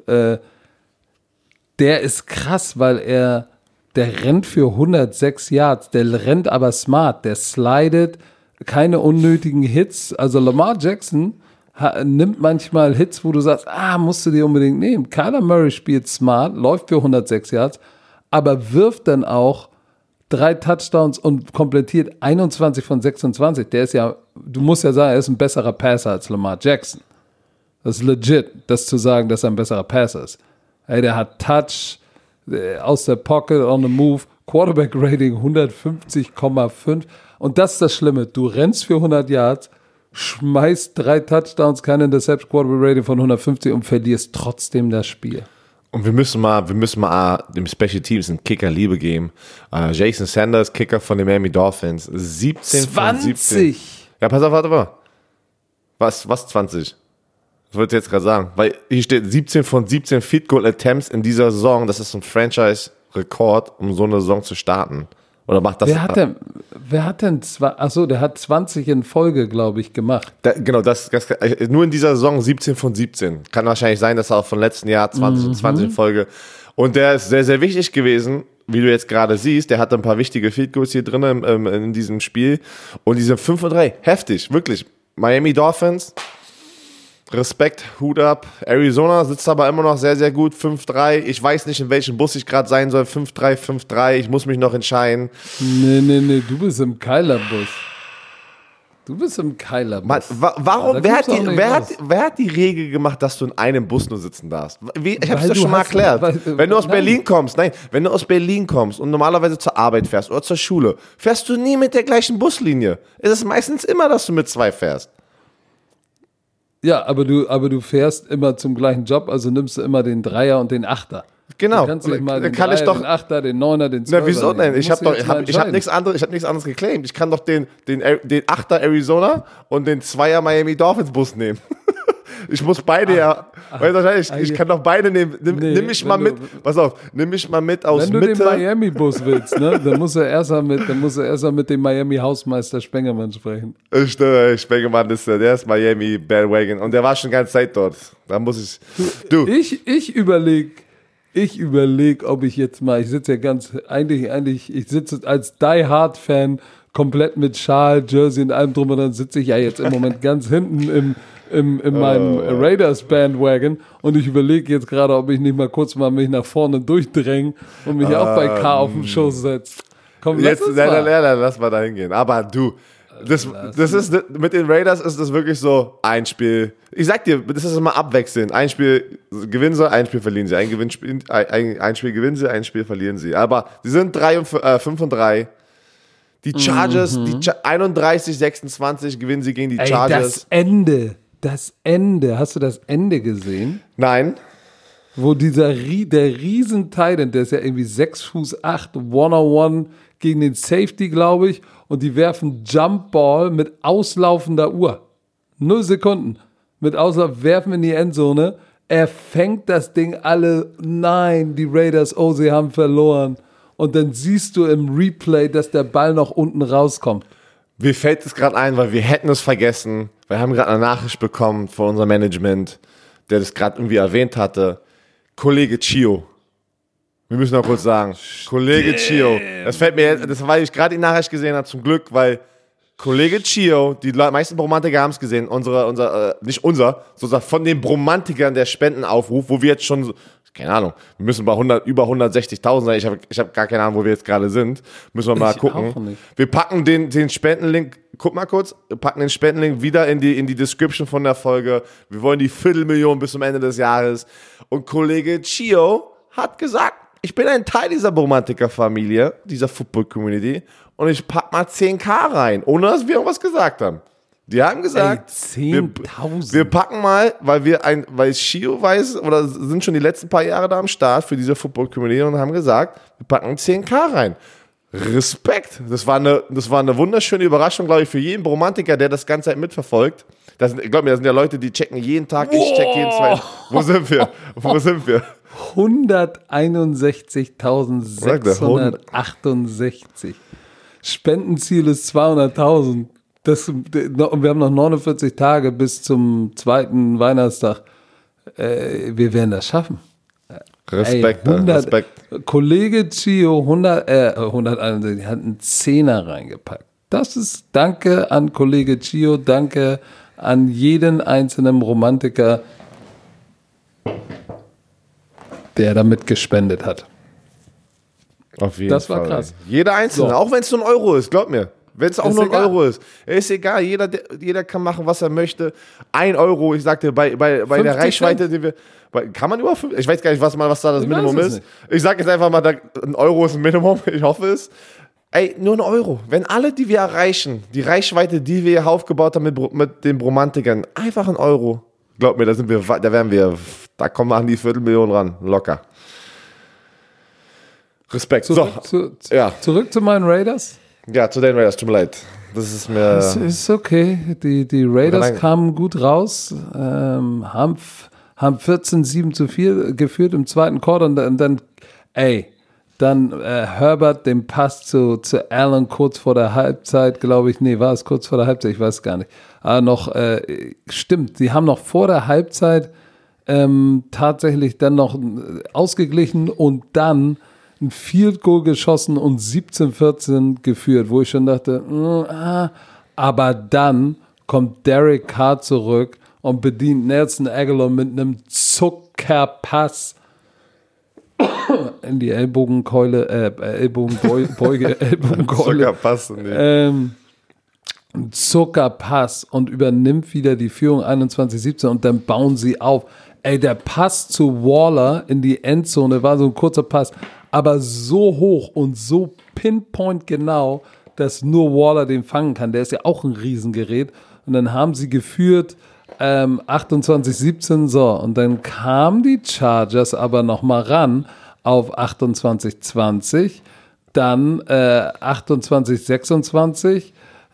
Der ist krass, weil der rennt für 106 Yards, der rennt aber smart, der slidet, keine unnötigen Hits. Also Lamar Jackson nimmt manchmal Hits, wo du sagst, musst du dir unbedingt nehmen. Kyler Murray spielt smart, läuft für 106 Yards, aber wirft dann auch 3 Touchdowns und komplettiert 21 von 26. Der ist ja, du musst ja sagen, er ist ein besserer Passer als Lamar Jackson. Das ist legit, das zu sagen, dass er ein besserer Passer ist. Hey, der hat Touch, aus der Pocket, on the move, Quarterback-Rating 150,5. Und das ist das Schlimme. Du rennst für 100 Yards, schmeißt 3 Touchdowns, keine Interception, Quarterback-Rating von 150 und verlierst trotzdem das Spiel. Und wir müssen mal dem Special Teams einen Kicker Liebe geben. Jason Sanders, Kicker von den Miami Dolphins. 17 von 17. Ja, pass auf, warte mal. Was 20? Das wollte ich jetzt gerade sagen. Weil hier steht 17 von 17 Field Goal Attempts in dieser Saison. Das ist ein Franchise-Rekord, um so eine Saison zu starten. Oder macht das? Wer hat denn der hat 20 in Folge, glaube ich, gemacht. Nur in dieser Saison 17 von 17. Kann wahrscheinlich sein, dass er auch von letzten Jahr 20 in Folge. Und der ist sehr, sehr wichtig gewesen, wie du jetzt gerade siehst. Der hatte ein paar wichtige Field Goals hier drin in diesem Spiel. Und diese 5-3, heftig, wirklich. Miami Dolphins, Respekt, Hut ab. Arizona sitzt aber immer noch sehr, sehr gut. 5-3. Ich weiß nicht, in welchem Bus ich gerade sein soll. 5-3, 5-3. Ich muss mich noch entscheiden. Nee. Du bist im Kyler-Bus. Du bist im Keiler. Warum? Wer hat die Regel gemacht, dass du in einem Bus nur sitzen darfst? Ich habe es dir schon mal erklärt. Wenn du aus Berlin kommst und normalerweise zur Arbeit fährst oder zur Schule, fährst du nie mit der gleichen Buslinie. Es ist meistens immer, dass du mit 2 fährst. Ja, aber du fährst immer zum gleichen Job, also nimmst du immer den Dreier und den Achter. Genau. Du kannst nicht mal den Dreier, den Achter, den Neuner, den Zwölfer. Na, wieso denn? Ich hab nichts anderes geclaimed. Ich kann doch den Achter Arizona und den Zweier Miami Dolphins Bus nehmen. Ich muss beide ich kann doch beide nehmen. Nimm mich mal mit. Pass auf, nimm mich mal mit aus Mitte. Wenn du den Miami-Bus willst, ne, dann musst du erst mal mit dem Miami-Hausmeister Spengemann sprechen. Stimmt, Spengemann der ist Miami Bandwagon und der war schon die ganze Zeit dort. Da muss ich. Ich überleg, ob ich jetzt mal, ich sitze ja ich sitze als Die Hard Fan komplett mit Schal, Jersey und allem drum und dann sitze ich ja jetzt im Moment ganz hinten in meinem Raiders Bandwagon und ich überlege jetzt gerade, ob ich nicht mal kurz mal mich nach vorne durchdränge und mich auch bei K auf den Schoß setze. Komm, lass mal da hingehen. Aber du, das ist, mit den Raiders ist das wirklich so ein Spiel. Ich sag dir, das ist immer abwechselnd. Ein Spiel gewinnen sie, ein Spiel verlieren sie. Ein Spiel gewinnen sie, ein Spiel verlieren sie. Aber sie sind 5 und 3. Die Chargers, 31-26 gewinnen sie gegen die Chargers. Das Ende. Hast du das Ende gesehen? Nein. Wo der Riesen-Titan, der ist ja irgendwie 6 Fuß 8, One-on-One gegen den Safety, glaube ich, und die werfen Jumpball mit auslaufender Uhr. 0 Sekunden. Mit Auslauf werfen in die Endzone. Er fängt das Ding alle. Nein, die Raiders, sie haben verloren. Und dann siehst du im Replay, dass der Ball noch unten rauskommt. Mir fällt es gerade ein, weil wir hätten es vergessen. Wir haben gerade eine Nachricht bekommen von unserem Management, der das gerade irgendwie erwähnt hatte. Kollege Chio. Wir müssen noch kurz sagen. Kollege Chio. Das weil ich gerade die Nachricht gesehen habe, zum Glück, weil Kollege Chio, die meisten Bromantiker haben es gesehen, sondern von den Bromantikern der Spendenaufruf, wo wir jetzt schon, keine Ahnung, wir müssen bei über 160.000 sein, ich hab gar keine Ahnung, wo wir jetzt gerade sind, müssen wir mal gucken. Wir packen den Spendenlink, guck mal kurz, wir packen den Spendenlink wieder in die Description von der Folge, wir wollen die 250.000 bis zum Ende des Jahres und Kollege Chio hat gesagt, ich bin ein Teil dieser Bromantiker-Familie, dieser Football-Community und ich pack mal 10.000 rein, ohne dass wir irgendwas gesagt haben. Die haben gesagt, 10.000. Wir packen mal, weil Chio weiß, oder sind schon die letzten paar Jahre da am Start für diese Football-Community und haben gesagt, wir packen 10.000 rein. Respekt. Das war eine wunderschöne Überraschung, glaube ich, für jeden Bromantiker, der das Ganze mitverfolgt. Glaub mir, das sind ja Leute, die checken jeden Tag, ich check jeden zweiten. Wo sind wir? 161.668. Spendenziel ist 200.000. Wir haben noch 49 Tage bis zum 2. Weihnachtstag. Wir werden das schaffen. Respekt. Kollege Chio, 161, hat einen Zehner reingepackt. Das ist Danke an Kollege Chio, danke an jeden einzelnen Romantiker, der damit gespendet hat. Auf jeden Fall. Das war krass. Jeder Einzelne, auch wenn es nur €1 ist, glaub mir. Wenn es auch nur €1 ist. Ist egal, jeder kann machen, was er möchte. €1, ich sagte, bei der Reichweite, die wir. Kann man über 5? Ich weiß gar nicht, was da das Minimum ist. Nicht. Ich sag jetzt einfach mal, €1 ist ein Minimum, ich hoffe es. Ey, nur €1. Wenn alle, die wir erreichen, die Reichweite, die wir hier aufgebaut haben mit den Bromantikern, einfach €1. Glaub mir, da kommen wir an die 250.000 ran. Locker. Respekt. Zurück zu meinen Raiders. Ja, zu den Raiders, tut mir leid. Das ist mir. Es ist okay. Die Raiders kamen gut raus, haben 14-7 geführt im zweiten Quarter und dann Herbert den Pass zu Allen kurz vor der Halbzeit, glaube ich. Nee, war es kurz vor der Halbzeit? Ich weiß gar nicht. Aber stimmt, sie haben noch vor der Halbzeit tatsächlich dann noch ausgeglichen und dann ein Field Goal geschossen und 17-14 geführt, wo ich schon dachte, aber dann kommt Derek Carr zurück und bedient Nelson Aguilar mit einem Zuckerpass in die Ellbogenkeule, Ellbogenbeuge. Zuckerpass. ein Zuckerpass und übernimmt wieder die Führung 21-17 und dann bauen sie auf. Ey, der Pass zu Waller in die Endzone war so ein kurzer Pass, aber so hoch und so pinpoint genau, dass nur Waller den fangen kann. Der ist ja auch ein Riesengerät. Und dann haben sie geführt 28-17, so. Und dann kamen die Chargers aber nochmal ran auf 28-20, dann 28-26.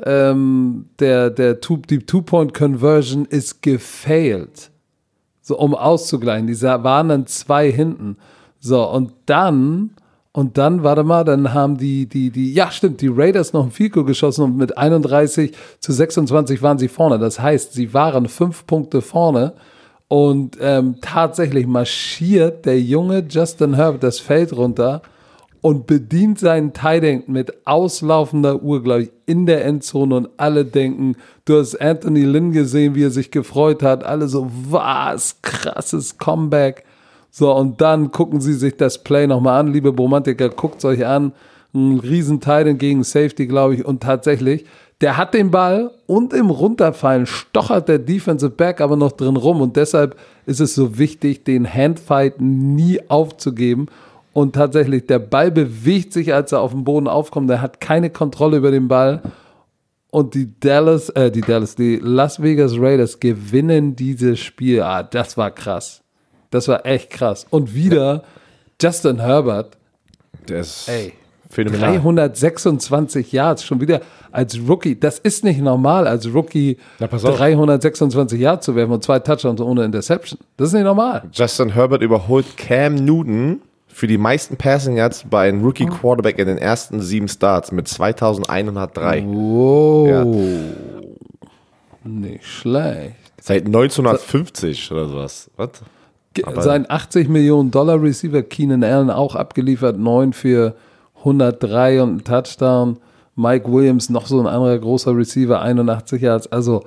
Die Two-Point-Conversion ist gefailed. So, um auszugleichen. Die waren dann 2 hinten. So, und dann, warte mal, dann haben die Raiders noch ein Field Goal geschossen und mit 31-26 waren sie vorne. Das heißt, sie waren 5 Punkte vorne und tatsächlich marschiert der junge Justin Herbert das Feld runter und bedient seinen Tight End mit auslaufender Uhr, glaube ich, in der Endzone und alle denken, du hast Anthony Lynn gesehen, wie er sich gefreut hat. Alle so, was, krasses Comeback. So, und dann gucken Sie sich das Play nochmal an, liebe Bromantiker, guckt es euch an. Ein riesen Tight End gegen Safety, glaube ich. Und tatsächlich, der hat den Ball und im Runterfallen stochert der Defensive Back aber noch drin rum. Und deshalb ist es so wichtig, den Handfight nie aufzugeben. Und tatsächlich, der Ball bewegt sich, als er auf dem Boden aufkommt. Der hat keine Kontrolle über den Ball. Und die Las Vegas Raiders gewinnen dieses Spiel. Ah, das war krass. Das war echt krass. Und wieder Justin Herbert. Der ist phänomenal. 326 Yards, schon wieder als Rookie. Das ist nicht normal, als Rookie 326 Yards zu werfen und 2 Touchdowns ohne Interception. Das ist nicht normal. Justin Herbert überholt Cam Newton für die meisten Passing Yards bei einem Rookie Quarterback in den ersten 7 Starts mit 2103. Wow. Ja. Nicht schlecht. Seit 1950 oder sowas. Was? Sein $80 Millionen Receiver Keenan Allen auch abgeliefert, 9 für 103 und ein Touchdown. Mike Williams, noch so ein anderer großer Receiver, 81 Yards. Also,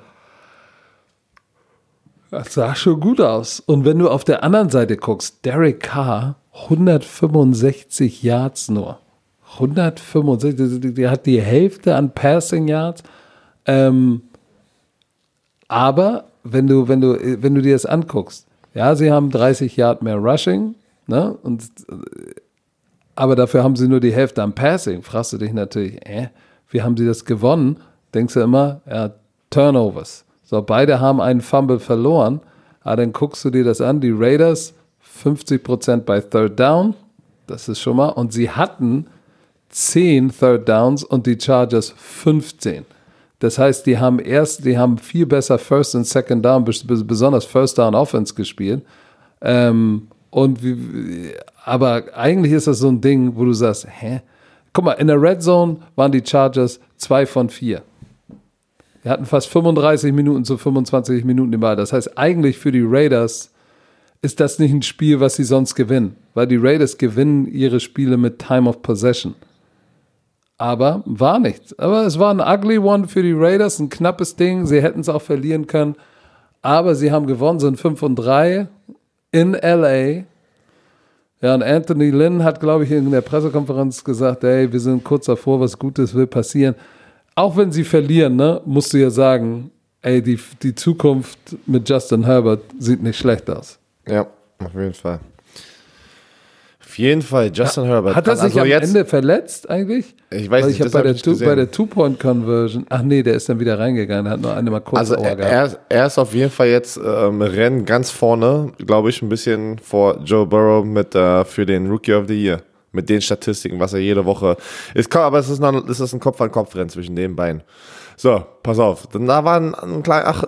das sah schon gut aus. Und wenn du auf der anderen Seite guckst, Derek Carr, 165 Yards nur. 165, der hat die Hälfte an Passing Yards. Aber wenn du dir das anguckst, ja, sie haben 30 Yard mehr Rushing, ne? Aber dafür haben sie nur die Hälfte am Passing. Fragst du dich natürlich, wie haben sie das gewonnen? Denkst du immer, ja, Turnovers. So, beide haben einen Fumble verloren, aber dann guckst du dir das an, die Raiders 50% bei Third Down, das ist schon mal, und sie hatten 10 Third Downs und die Chargers 15. Das heißt, die haben viel besser First und Second Down, besonders First Down Offense gespielt. Aber eigentlich ist das so ein Ding, wo du sagst, guck mal, in der Red Zone waren die Chargers 2 von 4. Wir hatten fast 35 Minuten zu 25 Minuten den Ball. Das heißt, eigentlich für die Raiders ist das nicht ein Spiel, was sie sonst gewinnen. Weil die Raiders gewinnen ihre Spiele mit Time of Possession. Aber war nichts. Aber es war ein ugly one für die Raiders, ein knappes Ding. Sie hätten es auch verlieren können. Aber sie haben gewonnen, sind 5-3 in L.A. Ja, und Anthony Lynn hat, glaube ich, in der Pressekonferenz gesagt, ey, wir sind kurz davor, was Gutes will passieren. Auch wenn sie verlieren, ne, musst du ja sagen, ey, die Zukunft mit Justin Herbert sieht nicht schlecht aus. Ja, auf jeden Fall. Auf jeden Fall, Justin Herbert. Hat er sich am Ende verletzt eigentlich? Ich weiß nicht, ich habe bei der Two-Point-Conversion, ach nee, der ist dann wieder reingegangen, der hat nur eine mal kurz Ohr gehabt. Er ist auf jeden Fall jetzt im Rennen ganz vorne, glaube ich, ein bisschen vor Joe Burrow für den Rookie of the Year. Mit den Statistiken, was er jede Woche ist. Aber es ist ein Kopf-an-Kopf-Rennen zwischen den beiden. So, pass auf. Da war ein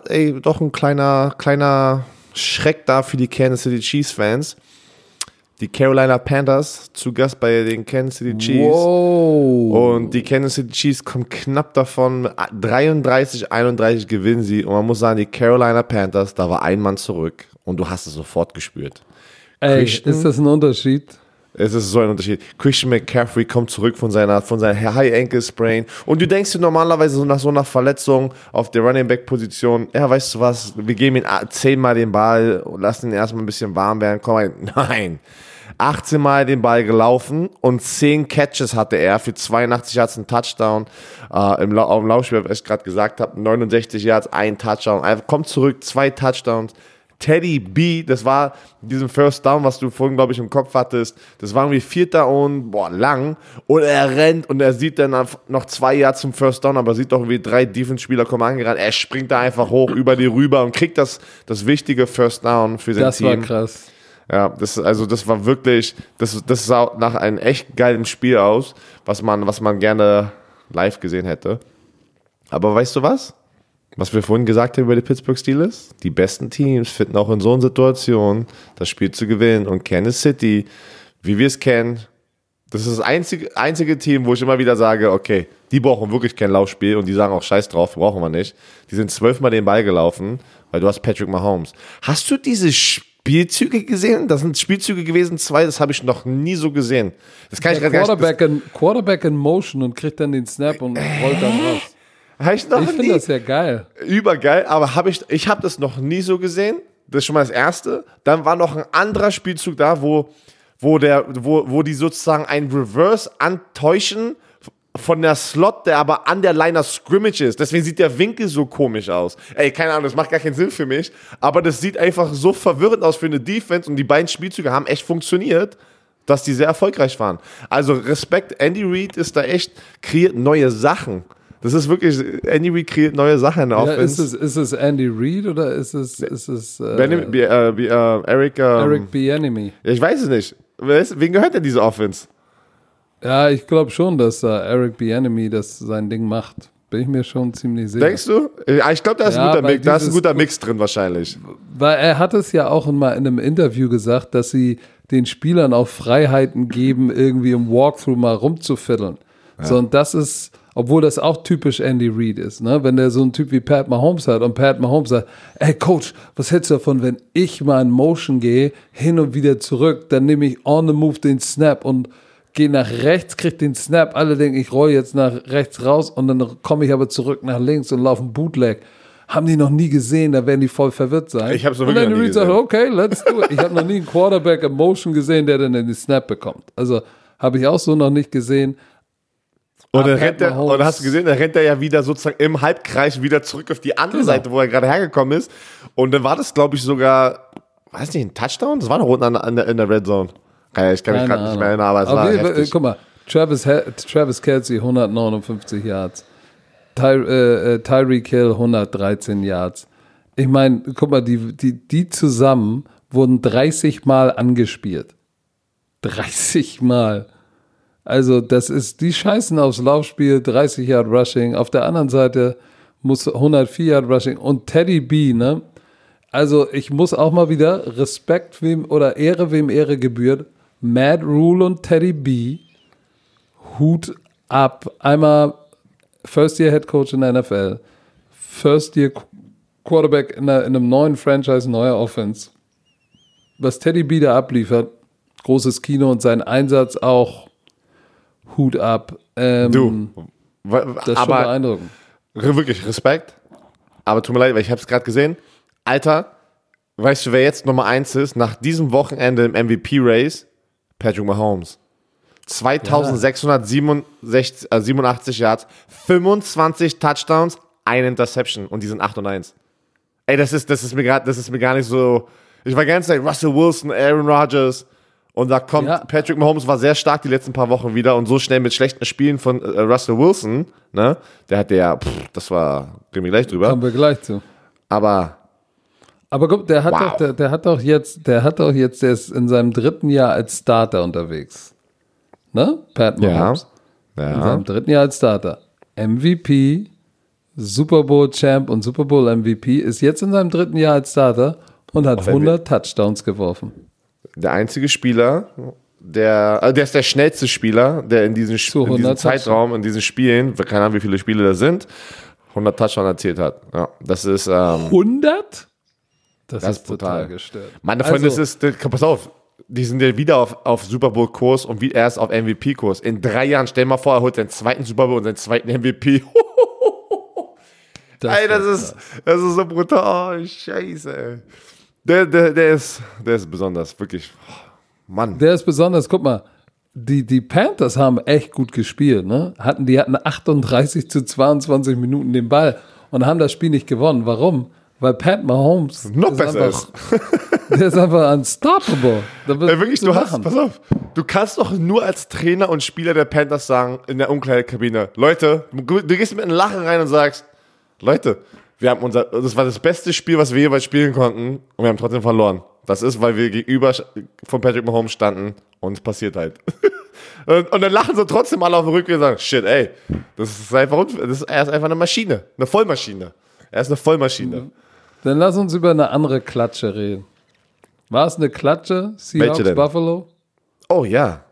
kleiner Schreck da für die Kansas City Chiefs-Fans. Die Carolina Panthers zu Gast bei den Kansas City Chiefs. Wow. Und die Kansas City Chiefs kommen knapp davon. 33-31 gewinnen sie. Und man muss sagen, die Carolina Panthers, da war ein Mann zurück. Und du hast es sofort gespürt. Ey, ist das ein Unterschied? Es ist so ein Unterschied. Christian McCaffrey kommt zurück von seiner High-Ankle-Sprain. Und du denkst dir normalerweise so nach so einer Verletzung auf der Running-Back-Position, ja, weißt du was, wir geben ihm 10-mal den Ball und lassen ihn erstmal ein bisschen warm werden. Komm rein. Nein. 18 Mal den Ball gelaufen und 10 Catches hatte er für 82 Yards, einen Touchdown. Auf dem Laufspiel, was ich gerade gesagt habe, 69 Yards, ein Touchdown. Er kommt zurück, 2 Touchdowns. Teddy B, das war diesen First Down, was du vorhin, glaube ich, im Kopf hattest. Das war irgendwie 4. und lang. Und er rennt und er sieht dann noch 2 Yards zum First Down, aber sieht doch irgendwie 3 Defense-Spieler kommen angerannt. Er springt da einfach hoch über die rüber und kriegt das wichtige First Down für sein Team. Das war krass. Ja, das war wirklich, das sah nach einem echt geilen Spiel aus, was man gerne live gesehen hätte. Aber weißt du was? Was wir vorhin gesagt haben über die Pittsburgh Steelers? Die besten Teams finden auch in so einer Situation das Spiel zu gewinnen. Und Kansas City, wie wir es kennen, das ist das einzige Team, wo ich immer wieder sage, okay, die brauchen wirklich kein Laufspiel und die sagen auch, scheiß drauf, brauchen wir nicht. Die sind 12 Mal den Ball gelaufen, weil du hast Patrick Mahomes. Hast du diese Spielzüge gesehen? Das sind Spielzüge gewesen, 2, das habe ich noch nie so gesehen. Das kann ich Quarterback in Motion und kriegt dann den Snap und rollt dann raus. Ich finde das ja geil. Übergeil, aber ich habe das noch nie so gesehen. Das ist schon mal das Erste. Dann war noch ein anderer Spielzug da, wo die sozusagen ein Reverse antäuschen von der Slot, der aber an der Line of Scrimmage ist. Deswegen sieht der Winkel so komisch aus. Ey, keine Ahnung, das macht gar keinen Sinn für mich. Aber das sieht einfach so verwirrend aus für eine Defense und die beiden Spielzüge haben echt funktioniert, dass die sehr erfolgreich waren. Also Respekt, Andy Reid ist da echt, kreiert neue Sachen. Das ist wirklich, Andy Reid kreiert neue Sachen in der Offense. Ist es Andy Reid oder ist es Eric Bieniemy? Ich weiß es nicht. Wen gehört denn diese Offense? Ja, ich glaube schon, dass Eric Bieniemy das sein Ding macht. Bin ich mir schon ziemlich sicher. Denkst du? Ich glaube, da ist ein guter Mix drin wahrscheinlich. Weil er hat es ja auch mal in einem Interview gesagt, dass sie den Spielern auch Freiheiten geben, irgendwie im Walkthrough mal rumzufiddeln. Ja. So, und das ist, obwohl das auch typisch Andy Reid ist, ne? Wenn der so einen Typ wie Pat Mahomes hat und Pat Mahomes sagt, ey Coach, was hältst du davon, wenn ich mal in Motion gehe, hin und wieder zurück, dann nehme ich on the move den Snap und gehe nach rechts, kriege den Snap, alle denken, ich roll jetzt nach rechts raus und dann komme ich aber zurück nach links und laufe einen Bootleg. Haben die noch nie gesehen, da werden die voll verwirrt sein. Ich habe so wirklich noch nie gesehen. Und Andy Reid sagt, okay, let's do it. Ich habe noch nie einen Quarterback in Motion gesehen, der dann den Snap bekommt. Also habe ich auch so noch nicht gesehen. Und dann hast du gesehen, dann rennt er ja wieder sozusagen im Halbkreis wieder zurück auf die andere Seite, wo er gerade hergekommen ist. Und dann war das, glaube ich, sogar, weiß nicht, ein Touchdown? Das war noch unten in der Red Zone. Ich kann mich gerade nicht mehr erinnern, aber es war heftig. Guck mal, Travis Kelce 159 Yards. Tyreek Hill 113 Yards. Ich meine, guck mal, die zusammen wurden 30 Mal angespielt. 30 Mal. Also die scheißen aufs Laufspiel, 30 Yard Rushing. Auf der anderen Seite muss 104 Yard Rushing. Und Teddy B, ne? Also ich muss auch mal wieder Respekt wem Ehre gebührt. Matt Rule und Teddy B, Hut ab. Einmal First-Year-Head Coach in der NFL, First-Year Quarterback in einem neuen Franchise, neuer Offense. Was Teddy B da abliefert, großes Kino und sein Einsatz auch, Hut ab. Das ist schon beeindruckend. Wirklich Respekt. Aber tut mir leid, weil ich habe es gerade gesehen. Alter, weißt du, wer jetzt Nummer 1 ist? Nach diesem Wochenende im MVP-Race? Patrick Mahomes. 2687 Yards, 25 Touchdowns, eine Interception und die sind 8-1. Ey, das ist mir gar nicht so. Ich war ganz like Russell Wilson, Aaron Rodgers und da kommt Patrick Mahomes war sehr stark die letzten paar Wochen wieder und so schnell mit schlechten Spielen von Russell Wilson, ne? Der hatte ja, das war, gehen wir gleich drüber. Kommen wir gleich zu. Aber guck, der ist in seinem 3. Jahr als Starter unterwegs. Ne? Pat Mahomes. Ja. In seinem 3. Jahr als Starter. MVP, Super Bowl Champ und Super Bowl MVP ist jetzt in seinem 3. Jahr als Starter und hat 100 Touchdowns geworfen. Der einzige Spieler, der ist der schnellste Spieler, der in diesem Zeitraum, in diesen Spielen, keine Ahnung, wie viele Spiele das sind, 100 Touchdowns erzielt hat. Ja, das ist 100? Das ist total gestört. Meine Freunde, pass auf, die sind ja wieder auf Super Bowl-Kurs und er ist auf MVP-Kurs. In 3 Jahren, stell dir mal vor, er holt seinen zweiten Super Bowl und seinen zweiten MVP. Das ist so brutal. Oh, Scheiße, ey. Der ist besonders, wirklich. Mann. Der ist besonders, guck mal, die Panthers haben echt gut gespielt, ne? Die hatten 38 zu 22 Minuten den Ball und haben das Spiel nicht gewonnen. Warum? Weil Pat Mahomes noch besser ist. Der ist einfach unstoppable. Wirklich, pass auf, du kannst doch nur als Trainer und Spieler der Panthers sagen, in der Umkleidekabine, Leute, du gehst mit einem Lachen rein und sagst, Leute, das war das beste Spiel, was wir jeweils spielen konnten und wir haben trotzdem verloren. Das ist, weil wir gegenüber von Patrick Mahomes standen und es passiert halt. Und dann lachen sie trotzdem alle auf den Rückweg und sagen, shit, ey, er ist einfach eine Maschine, eine Vollmaschine. Er ist eine Vollmaschine. Dann lass uns über eine andere Klatsche reden. War es eine Klatsche? Seahawks Buffalo? Oh ja.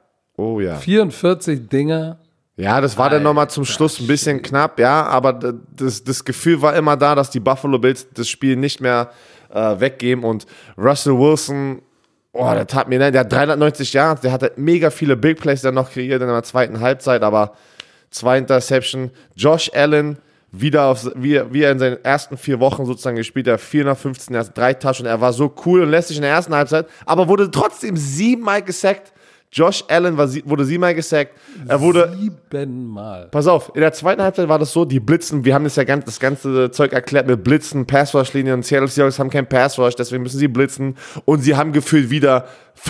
44 Dinger. Ja, das war dann nochmal zum Schluss ein bisschen knapp, ja, aber das Gefühl war immer da, dass die Buffalo Bills das Spiel nicht mehr weggeben und Russell Wilson, der tat mir leid, der hat 390 Yards, der hatte mega viele Big Plays dann noch kreiert in der zweiten Halbzeit, aber 2 Interception. Josh Allen, wieder wie er in seinen ersten 4 Wochen sozusagen gespielt hat, 415 Yards, 3 Touchdowns, er war so cool und lästig in der ersten Halbzeit, aber wurde trotzdem 7-mal gesackt. Josh Allen wurde 7-mal gesackt. Er wurde 7-mal. Pass auf, in der zweiten Halbzeit war das so, die blitzen, wir haben das ganze Zeug erklärt mit Blitzen, Pass-Rush-Linien, Seattle Seahawks haben keinen Pass-Rush, deswegen müssen sie blitzen und sie haben gefühlt wieder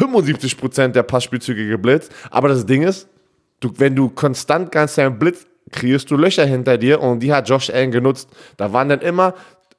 75% der Passspielzüge geblitzt, aber das Ding ist, wenn du konstant ganz deinen Blitz kriegst du Löcher hinter dir und die hat Josh Allen genutzt. Da waren dann immer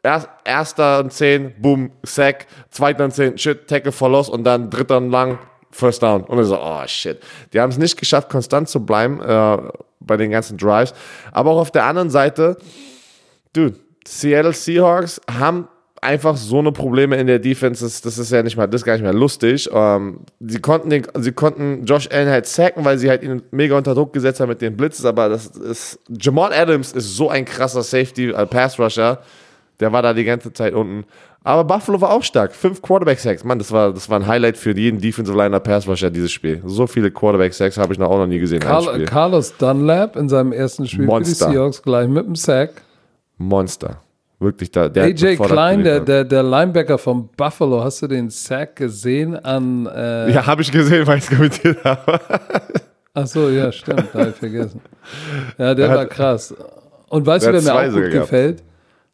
erster und 10, boom, Sack, zweiter und 10, shit, Tackle for Loss und dann dritter und lang, First Down. Und dann so, oh shit. Die haben es nicht geschafft, konstant zu bleiben bei den ganzen Drives. Aber auch auf der anderen Seite, dude, Seattle Seahawks haben einfach so eine Probleme in der Defense, das ist ja gar nicht mehr lustig. Sie konnten Josh Allen halt sacken, weil sie halt ihn mega unter Druck gesetzt haben mit den Blitzes, aber Jamal Adams ist so ein krasser Safety, Pass Rusher, der war da die ganze Zeit unten. Aber Buffalo war auch stark, 5 Quarterback-Sacks, Mann, das war ein Highlight für jeden Defensive Liner Pass Rusher, dieses Spiel. So viele Quarterback-Sacks habe ich auch noch nie gesehen. Carlos Dunlap in seinem ersten Spiel Monster. für die Seahawks gleich mit dem Sack. Monster. Wirklich da. AJ Klein, der Linebacker von Buffalo, hast du den Sack gesehen an... Ja, habe ich gesehen, weil ich es kommentiert habe. Ach so, ja, stimmt, da habe ich vergessen. Ja, der war krass. Und weißt du, wer mir auch gut gefällt?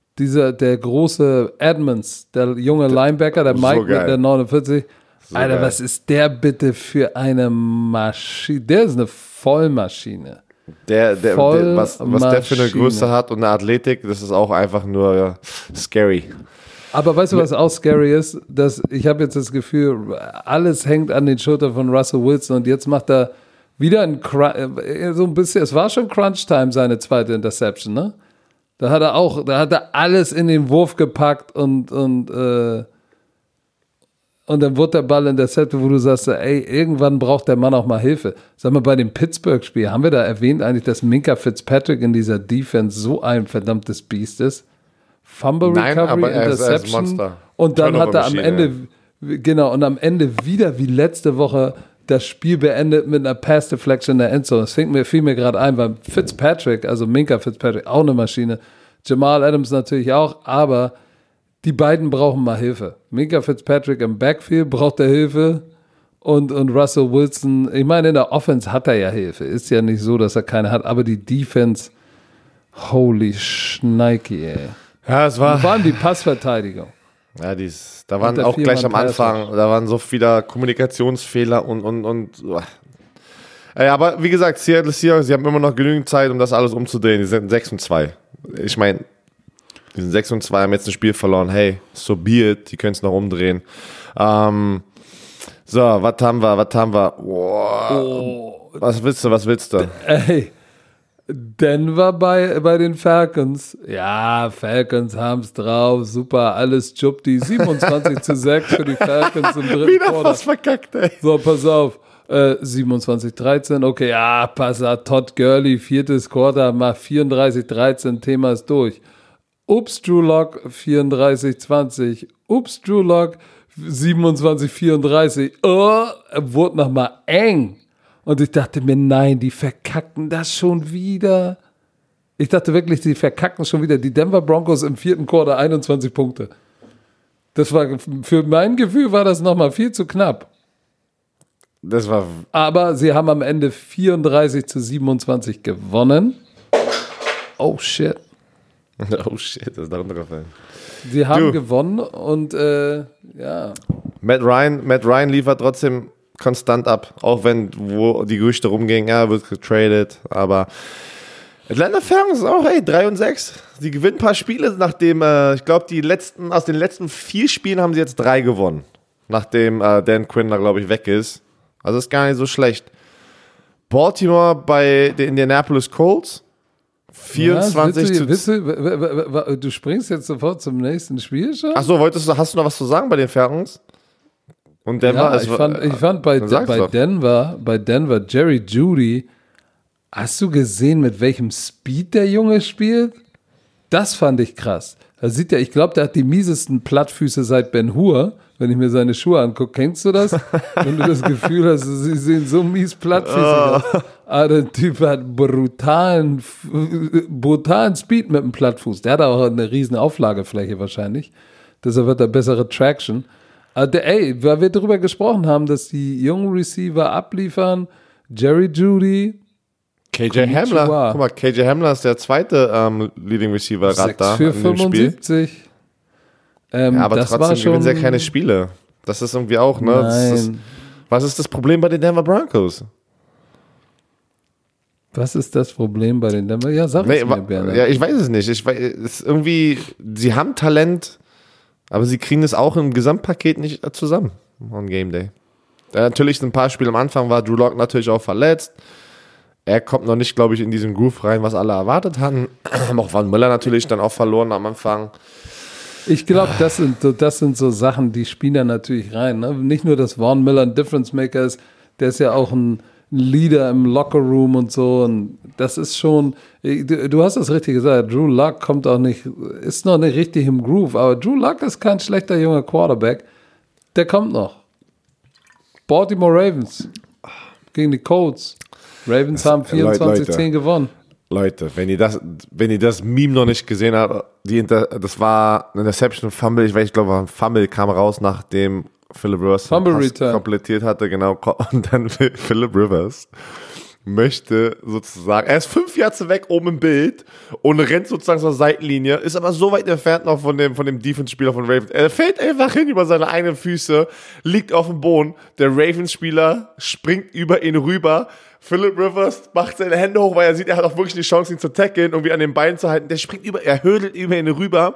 Der große Edmonds, der junge Linebacker, der Mike mit der 49. So Alter, geil. Was ist der bitte für eine Maschine? Der ist eine Vollmaschine. Was der für eine Größe hat und eine Athletik, das ist auch einfach nur scary. Aber weißt du, was auch scary ist? Ich habe jetzt das Gefühl, alles hängt an den Schultern von Russell Wilson und jetzt macht er wieder so ein bisschen, es war schon Crunch-Time, seine zweite Interception, ne? Da hat er alles in den Wurf gepackt und dann wurde der Ball intercepted, wo du sagst, ey, irgendwann braucht der Mann auch mal Hilfe. Sag mal, bei dem Pittsburgh-Spiel, haben wir da erwähnt eigentlich, dass Minkah Fitzpatrick in dieser Defense so ein verdammtes Biest ist? Fumble Recovery, aber Interception. Er ist Monster. Und dann hat er am Ende wieder wie letzte Woche das Spiel beendet mit einer Pass Deflection in der Endzone. Das fiel mir gerade ein, weil Fitzpatrick, also Minkah Fitzpatrick, auch eine Maschine. Jamal Adams natürlich auch, aber die beiden brauchen mal Hilfe. Minkah Fitzpatrick im Backfield braucht er Hilfe und Russell Wilson, ich meine, in der Offense hat er ja Hilfe. Ist ja nicht so, dass er keine hat, aber die Defense, holy Schneiki, ey. Ja, es war... Vor allem die Passverteidigung. Ja, da waren auch gleich am Anfang, da waren so viele Kommunikationsfehler und ja, aber wie gesagt, Seattle Seahawks, sie haben immer noch genügend Zeit, um das alles umzudrehen. Die sind 6-2. Ich meine, die sind 6-2, haben jetzt ein Spiel verloren. Hey, so be it, die können es noch umdrehen. So, was haben wir? Oh. Was willst du? Ey, Denver bei den Falcons. Ja, Falcons haben es drauf. Super, alles Jupti. 27-6 für die Falcons im dritten Wieder Quarter. was verkackt, ey. So, pass auf. 27-13. Okay, ja, pass auf. Todd Gurley, viertes Quarter, mal 34-13. Thema ist durch. Ups, Drew Lock, 34-20. Ups, Drew Lock, 27-34. Wurde nochmal eng. Und ich dachte mir, nein, die verkacken das schon wieder. Ich dachte wirklich, die verkacken schon wieder. Die Denver Broncos im vierten Quarter 21 Punkte. Das war, für mein Gefühl war das nochmal viel zu knapp. Das war. Aber sie haben am Ende 34-27 gewonnen. Oh shit. Oh shit, das ist da runtergefallen. Sie haben gewonnen und ja. Matt Ryan liefert trotzdem konstant ab, auch wenn wo die Gerüchte rumgingen, er wird getradet, aber Atlanta Falcons auch, 3-6. Sie gewinnen ein paar Spiele, nachdem, ich glaube, aus den letzten 4 Spielen haben sie jetzt 3 gewonnen. Nachdem Dan Quinn da, glaube ich, weg ist. Also ist gar nicht so schlecht. Baltimore bei den Indianapolis Colts. 24 du springst jetzt sofort zum nächsten Spiel schon? Achso, hast du noch was zu sagen bei den Falcons? Und Denver? Ja, ich fand bei Denver, Jerry Jeudy, hast du gesehen, mit welchem Speed der Junge spielt? Das fand ich krass. Ich glaube, der hat die miesesten Plattfüße seit Ben Hur, wenn ich mir seine Schuhe angucke. Kennst du das? Wenn du das Gefühl hast, sie sehen so mies plattfüßig aus. Aber der Typ hat brutalen Speed mit dem Plattfuß. Der hat auch eine riesen Auflagefläche wahrscheinlich. Deshalb wird er bessere Traction. Weil wir darüber gesprochen haben, dass die jungen Receiver abliefern, Jerry Jeudy, KJ Hamler. Guck mal, KJ Hamler ist der zweite Leading Receiver gerade da. 6 für 75. Ja, aber trotzdem gewinnen sie ja keine Spiele. Das ist irgendwie auch, ne? Was ist das Problem bei den Denver Broncos? Was ist das Problem bei den Denver? Ja, sag es mir, Bernhard. Ja, ich weiß es nicht. Es ist irgendwie, sie haben Talent, aber sie kriegen es auch im Gesamtpaket nicht zusammen on Game Day. Natürlich sind ein paar Spiele am Anfang, war Drew Lock natürlich auch verletzt. Er kommt noch nicht, glaube ich, in diesen Groove rein, was alle erwartet hatten. Auch Von Miller natürlich dann auch verloren am Anfang. Ich glaube, das sind so Sachen, die spielen da natürlich rein. Ne? Nicht nur, dass Von Miller ein Difference Maker ist, der ist ja auch ein Leader im Lockerroom und so. Und das ist schon, du hast das richtig gesagt, Drew Luck ist noch nicht richtig im Groove, aber Drew Luck ist kein schlechter junger Quarterback. Der kommt noch. Baltimore Ravens gegen die Colts. Ravens haben 24-10 gewonnen. Leute, wenn ihr das Meme noch nicht gesehen habt, das war eine Interception Fumble, ich glaube, ein Fumble kam raus, nachdem Phillip Rivers komplettiert hatte, genau, und dann Phillip Rivers möchte sozusagen, er ist 5 Yards weg oben im Bild und rennt sozusagen zur Seitenlinie, ist aber so weit entfernt noch von dem Defense-Spieler von Ravens. Er fällt einfach hin über seine eigenen Füße, liegt auf dem Boden, der Ravens-Spieler springt über ihn rüber, Phillip Rivers macht seine Hände hoch, weil er sieht, er hat auch wirklich die Chance, ihn zu tackeln, irgendwie an den Beinen zu halten. Der springt er hödelt über ihn rüber.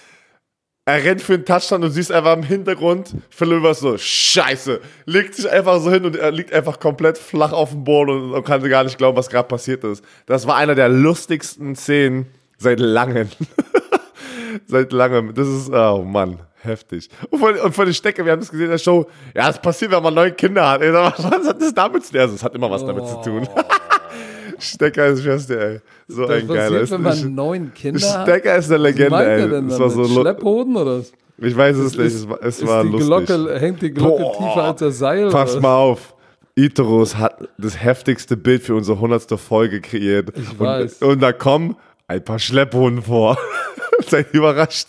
Er rennt für einen Touchdown und du siehst einfach im Hintergrund, Phillip Rivers so, scheiße, legt sich einfach so hin und er liegt einfach komplett flach auf dem Boden und kann gar nicht glauben, was gerade passiert ist. Das war einer der lustigsten Szenen seit langem. Seit langem. Das ist, oh Mann, heftig. Und von den Stecker, wir haben das gesehen in der Show, ja, das passiert, wenn man 9 Kinder hat. Was hat das damit zu tun? Also, es hat immer was damit zu tun. Stecker ist Schwester, ey. So ein geiler. Wenn man 9 Kinder hat? Stecker ist eine Legende, ey. Das war so Schlepphoden oder was? Ich weiß es nicht, es war lustig. Hängt die Glocke tiefer als das Seil? Pass mal auf. Iteros hat das heftigste Bild für unsere 100. Folge kreiert. Ich weiß. Und da kommen ein paar Schlepphoden vor. Seid überrascht.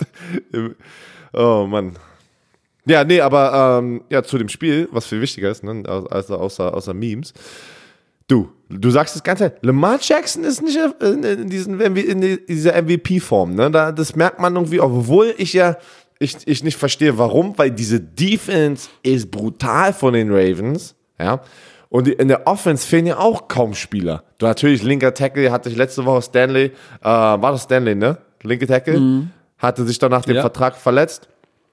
Oh Mann. Ja, nee, aber zu dem Spiel, was viel wichtiger ist, ne, außer Memes. Du sagst das Ganze, Lamar Jackson ist nicht in dieser MVP-Form. Ne? Das merkt man irgendwie, obwohl ich nicht verstehe, warum, weil diese Defense ist brutal von den Ravens. Ja? Und in der Offense fehlen ja auch kaum Spieler. Du natürlich linker Tackle, hatte ich letzte Woche Stanley, war das Stanley, ne? Linke Tackle, hatte sich dann nach dem Vertrag verletzt.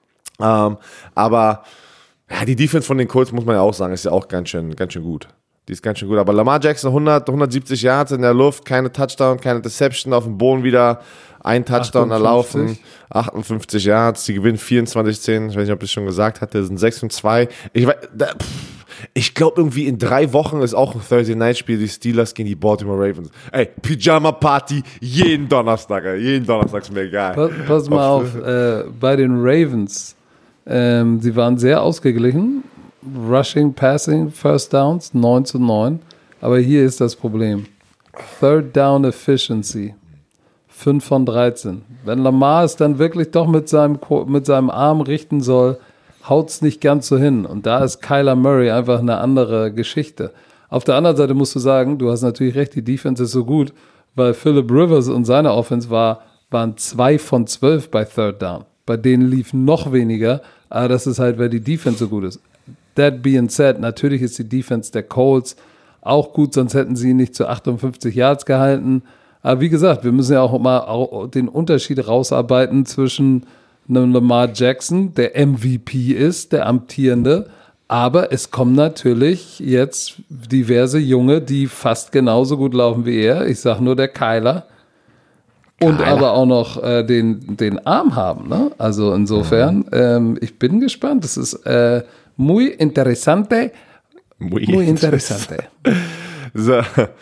Aber ja, die Defense von den Colts, muss man ja auch sagen, ist ja auch ganz schön gut. Die ist ganz schön gut. Aber Lamar Jackson 170 Yards in der Luft, keine Touchdown, keine Deception, auf dem Boden wieder ein Touchdown 58. erlaufen, 58 Yards, die gewinnen 24-10, ich weiß nicht, ob ich das schon gesagt hatte, sind 6-2. Ich glaube irgendwie in 3 Wochen ist auch ein Thursday-Night-Spiel, die Steelers gegen die Baltimore Ravens. Ey, Pyjama-Party jeden Donnerstag, jeden Donnerstag ist mir egal. Pass mal auf, bei den Ravens, sie waren sehr ausgeglichen. Rushing, Passing, First Downs, 9-9. Aber hier ist das Problem. Third Down Efficiency, 5 von 13. Wenn Lamar es dann wirklich doch mit seinem Arm richten soll, haut es nicht ganz so hin. Und da ist Kyler Murray einfach eine andere Geschichte. Auf der anderen Seite musst du sagen, du hast natürlich recht, die Defense ist so gut, weil Phillip Rivers und seine Offense waren 2 von 12 bei Third Down. Bei denen lief noch weniger, aber das ist halt, weil die Defense so gut ist. That being said, natürlich ist die Defense der Colts auch gut, sonst hätten sie ihn nicht zu 58 Yards gehalten. Aber wie gesagt, wir müssen ja auch mal den Unterschied rausarbeiten zwischen einem Lamar Jackson, der MVP ist, der amtierende, aber es kommen natürlich jetzt diverse Junge, die fast genauso gut laufen wie er. Ich sage nur der Kyler. Und aber auch noch den Arm haben. Ne? Also insofern, ich bin gespannt. Das ist muy interesante. Muy interesante. So,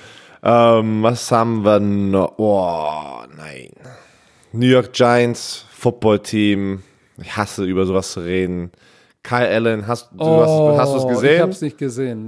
was haben wir noch? Oh, nein. New York Giants, Football-Team. Ich hasse, über sowas zu reden. Kyle Allen, hast du es gesehen? Ich habe es nicht gesehen.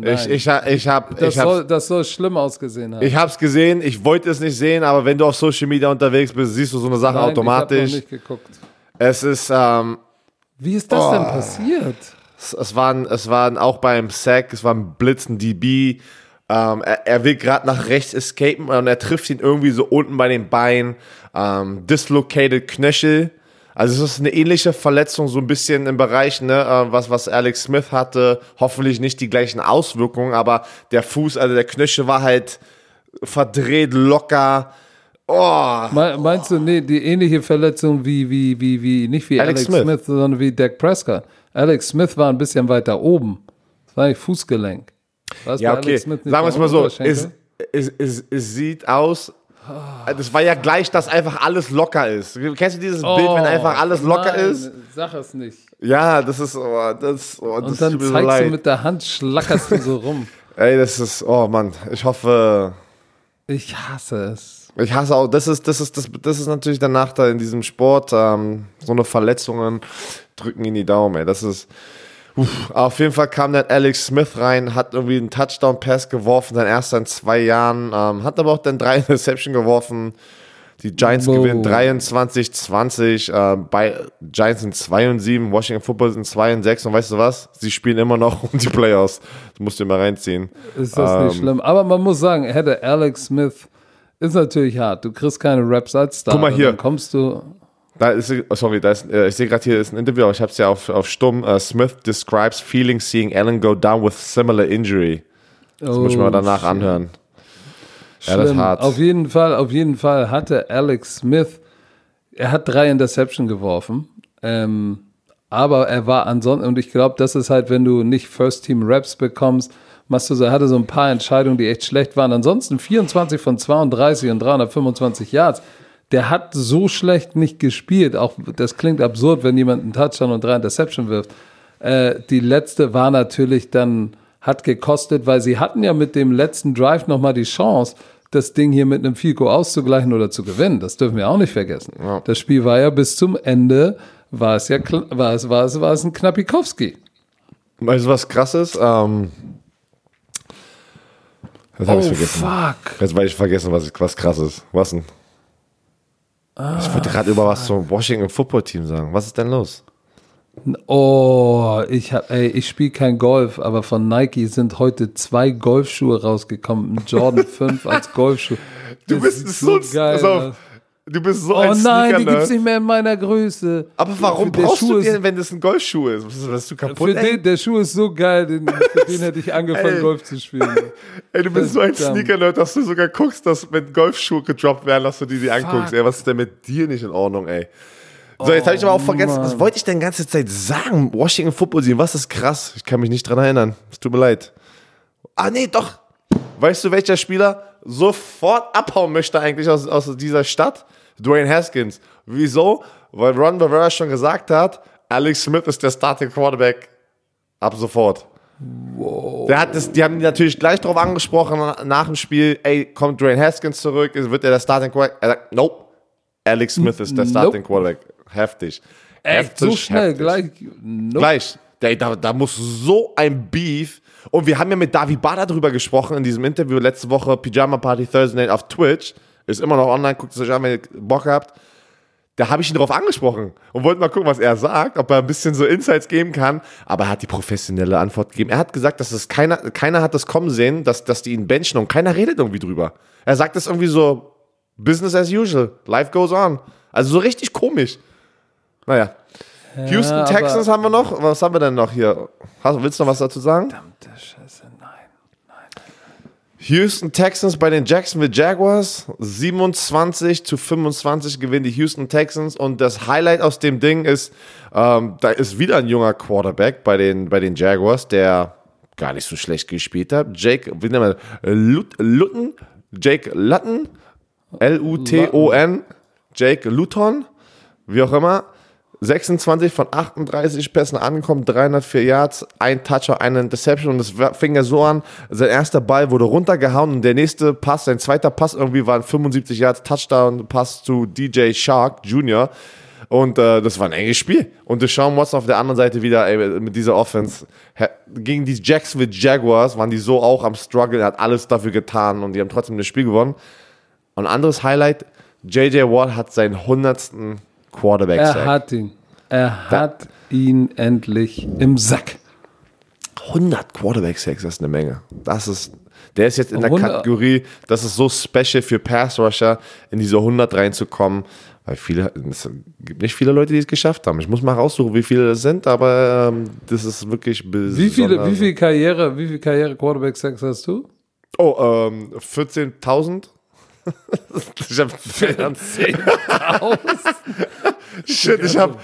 Nein. Das soll schlimm ausgesehen haben. Ich habe es gesehen, ich wollte es nicht sehen, aber wenn du auf Social Media unterwegs bist, siehst du so eine Sache automatisch. Ich habe noch nicht geguckt. Es ist, wie ist das denn passiert? Es waren auch beim Sack, es war ein Blitzen DB. Er will gerade nach rechts escapen und er trifft ihn irgendwie so unten bei den Beinen. Dislocated Knöchel. Also es ist eine ähnliche Verletzung, so ein bisschen im Bereich, ne, was Alex Smith hatte. Hoffentlich nicht die gleichen Auswirkungen, aber der Fuß, also der Knöchel war halt verdreht, locker. Oh. Meinst du, nee, die ähnliche Verletzung wie nicht wie Alex Smith, sondern wie Dak Prescott. Alex Smith war ein bisschen weiter oben. Das war nicht Fußgelenk. Ja, okay. Sagen wir es mal so. Es sieht aus, das war ja gleich, dass einfach alles locker ist. Kennst du dieses Bild, wenn einfach alles locker ist? Sag es nicht. Ja, das ist, und dann zeigst du mit der Hand, schlackerst du so rum. Ey, das ist, oh Mann, ich hoffe. Ich hasse es. Ich hasse auch, das ist natürlich der Nachteil in diesem Sport. So eine Verletzungen drücken in die Daumen, ey. Das ist. Auf jeden Fall kam dann Alex Smith rein, hat irgendwie einen Touchdown-Pass geworfen, sein erster in 2 Jahren, hat aber auch dann 3 Interception geworfen. Die Giants gewinnen 23-20, bei Giants sind 2-7, Washington Football sind 2-6 und weißt du was? Sie spielen immer noch um die Playoffs. Das musst du dir mal reinziehen. Ist das nicht schlimm? Aber man muss sagen, hätte Alex Smith, ist natürlich hart. Du kriegst keine Raps als Star. Guck mal hier. Dann kommst du... ich sehe gerade hier ist ein Interview, aber ich habe es ja auf Stumm. Smith describes feeling seeing Allen go down with similar injury. Das muss ich mal danach anhören. Schlimm. Ja, das ist hart. Auf jeden Fall hatte Alex Smith, er hat 3 Interception geworfen, aber er war ansonsten, und ich glaube, das ist halt, wenn du nicht First-Team-Raps bekommst, er hatte so ein paar Entscheidungen, die echt schlecht waren. Ansonsten 24 von 32 und 325 Yards. Der hat so schlecht nicht gespielt. Auch das klingt absurd, wenn jemand einen Touchdown und 3 Interception wirft. Die letzte war natürlich dann, hat gekostet, weil sie hatten ja mit dem letzten Drive nochmal die Chance, das Ding hier mit einem Field Goal auszugleichen oder zu gewinnen. Das dürfen wir auch nicht vergessen. Ja. Das Spiel war ja bis zum Ende, war es ein Knappikowski. Weißt du, was krass ist? Das habe ich vergessen. Fuck. Jetzt weiß ich vergessen, was krass ist. Was denn? Ich wollte gerade über was zum Washington Football Team sagen. Was ist denn los? Oh, ich spiele kein Golf, aber von Nike sind heute 2 Golfschuhe rausgekommen. Ein Jordan 5 als Golfschuh. Du bist so geil. Du bist so ein Sneaker, nein, die gibt's nicht mehr in meiner Größe. Aber warum brauchst du den, wenn das ein Golfschuh ist? Was du kaputt? Der Schuh ist so geil, für den hätte ich angefangen, Golf zu spielen. Ey, du bist so ein Sneaker-Nerd, dass du sogar guckst, dass wenn Golfschuhe gedroppt werden, dass du die anguckst. Ey, was ist denn mit dir nicht in Ordnung, ey? So, jetzt habe ich aber auch vergessen, was wollte ich denn die ganze Zeit sagen? Washington Football Team, was ist krass? Ich kann mich nicht dran erinnern. Es tut mir leid. Ah, nee, doch. Weißt du, welcher Spieler sofort abhauen möchte eigentlich aus dieser Stadt? Dwayne Haskins. Wieso? Weil Ron Rivera schon gesagt hat, Alex Smith ist der Starting Quarterback ab sofort. Wow. Die haben ihn natürlich gleich darauf angesprochen nach dem Spiel, ey, kommt Dwayne Haskins zurück, wird er der Starting Quarterback? Er sagt, nope, Alex Smith ist der Starting Quarterback. Heftig. Echt, so schnell, heftig. Gleich. Da muss so ein Beef. Und wir haben ja mit Davi Bada drüber gesprochen in diesem Interview letzte Woche, Pyjama Party Thursday Night auf Twitch. Ist immer noch online, guckt es euch an, wenn ihr Bock habt. da habe ich ihn drauf angesprochen und wollte mal gucken, was er sagt, ob er ein bisschen so Insights geben kann. Aber er hat die professionelle Antwort gegeben. Er hat gesagt, dass es keiner hat das kommen sehen, dass die ihn benchen und keiner redet irgendwie drüber. Er sagt das irgendwie so, Business as usual, life goes on. Also so richtig komisch. Naja. Ja, Houston Texans haben wir noch. Was haben wir denn noch hier? Willst du noch was dazu sagen? Verdammte Scheiße, nein. Houston Texans bei den Jacksonville Jaguars. 27-25 gewinnen die Houston Texans. Und das Highlight aus dem Ding ist, da ist wieder ein junger Quarterback bei den Jaguars, der gar nicht so schlecht gespielt hat. Jake Luton, Luton, Jake Luton, wie auch immer. 26 von 38 Pässen angekommen, 304 Yards, ein Toucher, eine Interception und es fing ja so an, sein erster Ball wurde runtergehauen und der nächste Pass, sein zweiter Pass irgendwie war ein 75 Yards Touchdown-Pass zu DJ Shark Jr. Und das war ein enges Spiel. Und Deshaun Watson auf der anderen Seite wieder mit dieser Offense gegen die Jacksonville Jaguars waren die so auch am Struggle, er hat alles dafür getan und die haben trotzdem das Spiel gewonnen. Und ein anderes Highlight, J.J. Watt hat seinen 100. Quarterback-Sack. Er hat ihn endlich im Sack. 100 Quarterback-Sacks, das ist eine Menge. Der ist jetzt in der Kategorie, das ist so special für Pass-Rusher, in diese 100 reinzukommen, weil es gibt nicht viele Leute, die es geschafft haben. Ich muss mal raussuchen, wie viele das sind, aber das ist wirklich besonders. Wie viele Karriere Quarterback-Sacks hast du? 14.000. Ich habe 10.000. Shit, ich hab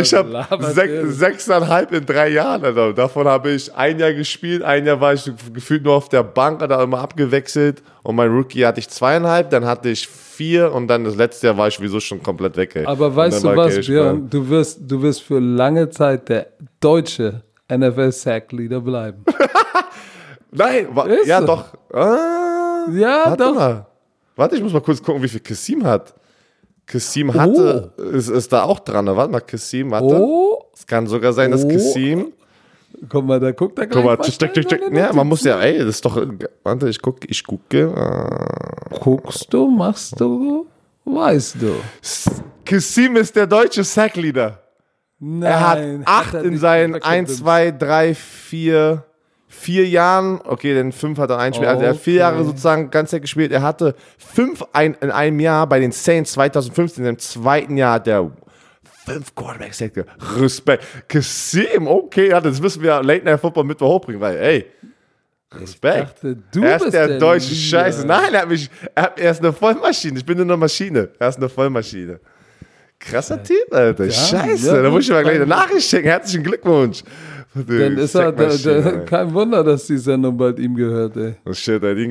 6,5 in 3 Jahren. Also. Davon habe ich ein Jahr gespielt, ein Jahr war ich gefühlt nur auf der Bank, da immer abgewechselt und mein Rookie hatte ich 2,5, dann hatte ich 4 und dann das letzte Jahr war ich sowieso schon komplett weg. Ey. Aber weißt du was, Björn? Du wirst für lange Zeit der deutsche NFL-Sack-Leader bleiben. Nein, ja so. Doch. Ja, doch. Mal. Warte, ich muss mal kurz gucken, wie viel Kassim hat. Kassim hatte, ist da auch dran. Warte mal, Kassim hatte. Es kann sogar sein, dass Kassim. Guck mal, da guckt er gleich mal. Ja, man muss ja, das ist doch. Warte, ich gucke. Guckst du, machst du, weißt du. Kassim ist der deutsche Sackleader. Nein. Er hat 8 in seinen 1, 2, 3, 4 Jahren, okay, denn 5 hat er ein Spiel, also er hat 4 Jahre sozusagen ganz gespielt. Er hatte 5 in einem Jahr bei den Saints 2015, im zweiten Jahr der 5 Quarterbacks. Respekt. Kassim, okay, ja, das müssen wir Late Night Football Mittwoch hochbringen, weil, ey, Respekt. Er ist der deutsche Scheiße. Nein, er ist eine Vollmaschine. Ich bin nur eine Maschine. Er ist eine Vollmaschine. Krasser Typ, Alter. Ja, Scheiße, da muss ich mal gleich eine Nachricht schicken. Herzlichen Glückwunsch. Dann ist kein Wunder, dass die Sendung bald ihm gehört, ey. Oh shit, ey.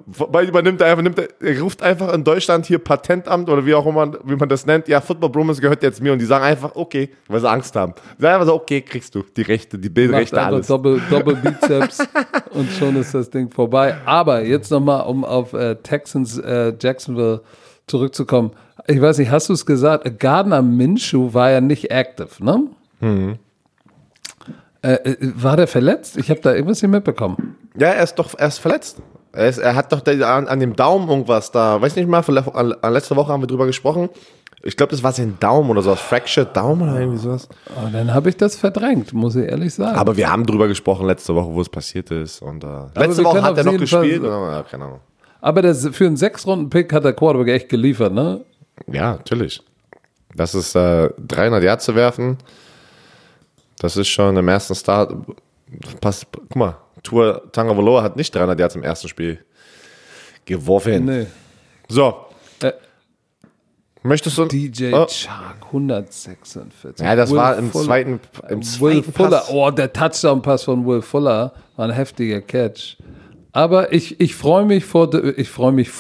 Er ruft einfach in Deutschland hier Patentamt oder wie auch immer, wie man das nennt. Ja, Football Bromance gehört jetzt mir und die sagen einfach, okay, weil sie Angst haben. Die sagen einfach so, okay, kriegst du die Rechte, die Bildrechte, alles. Doppel Bizeps und schon ist das Ding vorbei. Aber jetzt nochmal, um auf Texans Jacksonville zurückzukommen. Ich weiß nicht, hast du es gesagt? Gardner Minshew war ja nicht active, ne? Mhm. War der verletzt? Ich habe da irgendwas nicht mitbekommen. Ja, er ist verletzt. Er hat doch an dem Daumen irgendwas da. Weiß nicht mal, letzte Woche haben wir drüber gesprochen. Ich glaube, das war sein Daumen oder so, Fractured Daumen oder irgendwie sowas. Oh, dann habe ich das verdrängt, muss ich ehrlich sagen. Aber wir haben drüber gesprochen letzte Woche, wo es passiert ist. Und letzte Woche hat er noch gespielt. Keine Ahnung. Aber für einen 6-Runden-Pick hat der Quarterback echt geliefert, ne? Ja, natürlich. Das ist 300 Yards zu werfen. Das ist schon im ersten Start. Guck mal, Tua Tagovailoa hat nicht 300 Yards im ersten Spiel geworfen. Nee. So. Möchtest du? DJ Chark, 146. Ja, das war im zweiten Will Fuller. Oh, der Touchdown-Pass von Will Fuller war ein heftiger Catch. Aber ich freue mich ich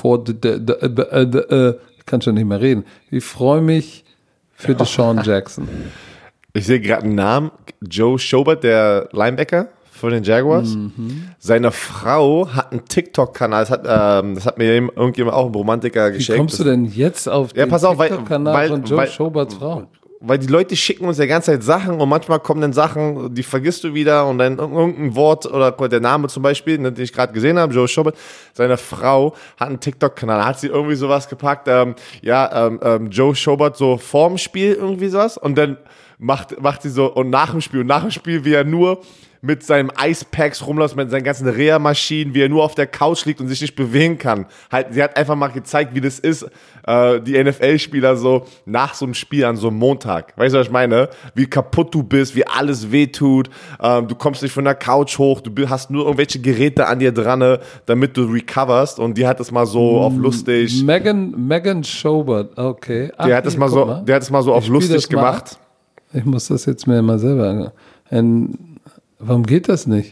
kann schon nicht mehr reden. Ich freue mich für Deshaun Jackson. Ich sehe gerade einen Namen, Joe Schobert, der Linebacker von den Jaguars. Mhm. Seine Frau hat einen TikTok-Kanal, das hat mir irgendjemand auch ein Romantiker geschenkt. Wie kommst du denn jetzt auf den TikTok-Kanal von Joe Schoberts Frau? weil die Leute schicken uns ja die ganze Zeit Sachen und manchmal kommen dann Sachen, die vergisst du wieder und dann irgendein Wort oder der Name zum Beispiel, den ich gerade gesehen habe, Joe Schobert, seine Frau hat einen TikTok-Kanal, hat sie irgendwie sowas gepackt, Joe Schobert so vorm Spiel irgendwie sowas und dann macht sie so und nach dem Spiel, wie er nur mit seinem Eispacks rumläuft, mit seinen ganzen Reha-Maschinen, wie er nur auf der Couch liegt und sich nicht bewegen kann. Sie hat einfach mal gezeigt, wie das ist, die NFL-Spieler so nach so einem Spiel an so einem Montag. Weißt du, was ich meine? Wie kaputt du bist, wie alles wehtut, du kommst nicht von der Couch hoch, du hast nur irgendwelche Geräte an dir dran, damit du recoverst und die hat das mal so auf lustig. Megan Schobert, okay. Der hat das mal so auf lustig gemacht. Ich muss das jetzt mir mal selber warum geht das nicht?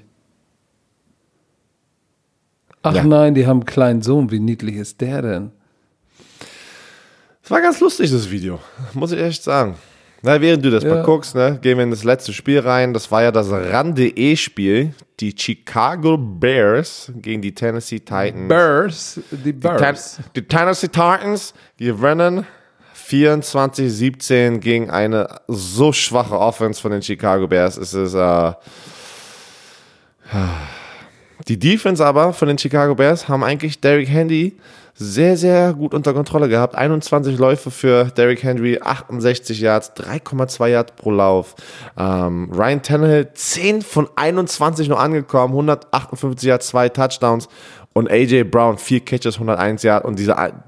Ach ja. Nein, die haben einen kleinen Sohn. Wie niedlich ist der denn? Es war ganz lustig, das Video. Muss ich echt sagen. Na, während du das mal guckst, ne, gehen wir in das letzte Spiel rein. Das war ja das RAN.de-Spiel. Die Chicago Bears gegen die Tennessee Titans. Die Tennessee Titans, die rennen 24-17 gegen eine so schwache Offense von den Chicago Bears. Es ist die Defense aber von den Chicago Bears haben eigentlich Derrick Henry sehr, sehr gut unter Kontrolle gehabt. 21 Läufe für Derrick Henry, 68 Yards, 3,2 Yards pro Lauf. Ryan Tannehill 10 von 21 nur angekommen, 158 Yards, 2 Touchdowns und AJ Brown 4 Catches, 101 Yards und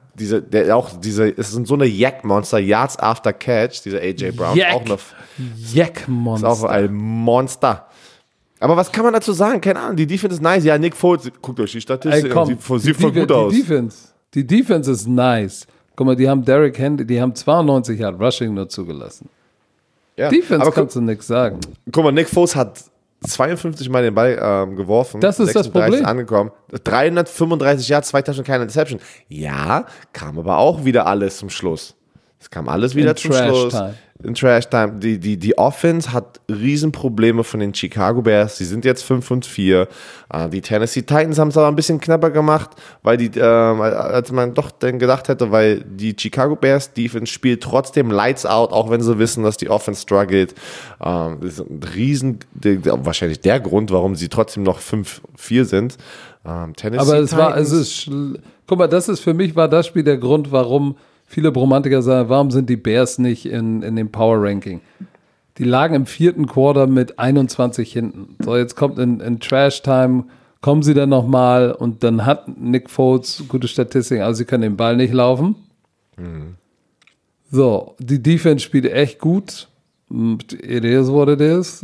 es sind so eine Yak-Monster, Yards after Catch, dieser AJ Brown. Yak-Monster. Ist auch ein Monster. Aber was kann man dazu sagen? Keine Ahnung, die Defense ist nice. Ja, Nick Foles, guckt euch die Statistik an, sieht voll gut aus. Die Defense ist nice. Guck mal, die haben Derrick Henry, die haben 92 Yard Rushing nur zugelassen. Ja, Defense kannst du nichts sagen. Guck mal, Nick Foles hat 52 Mal den Ball geworfen. Das ist das Problem. Angekommen. 335 Yards, 2 Touchdowns, keine Interception. Ja, kam aber auch wieder alles zum Schluss. Es kam alles wieder zum Schluss. In Trash Time. Die Offense hat Riesenprobleme von den Chicago Bears. Sie sind jetzt 5-4. Die Tennessee Titans haben es aber ein bisschen knapper gemacht, weil als man doch dann gedacht hätte, weil die Chicago Bears Defense spielt trotzdem Lights Out, auch wenn sie wissen, dass die Offense struggelt. Das ist ein wahrscheinlich der Grund, warum sie trotzdem noch 5-4 sind. Tennessee aber guck mal, für mich war das Spiel der Grund, warum viele Bromantiker sagen, warum sind die Bears nicht in dem Power Ranking? Die lagen im 4. Quarter mit 21 hinten. So, jetzt kommt in Trash Time, kommen sie dann nochmal und dann hat Nick Foles gute Statistiken, also sie können den Ball nicht laufen. Mhm. So, die Defense spielt echt gut. It is what it is.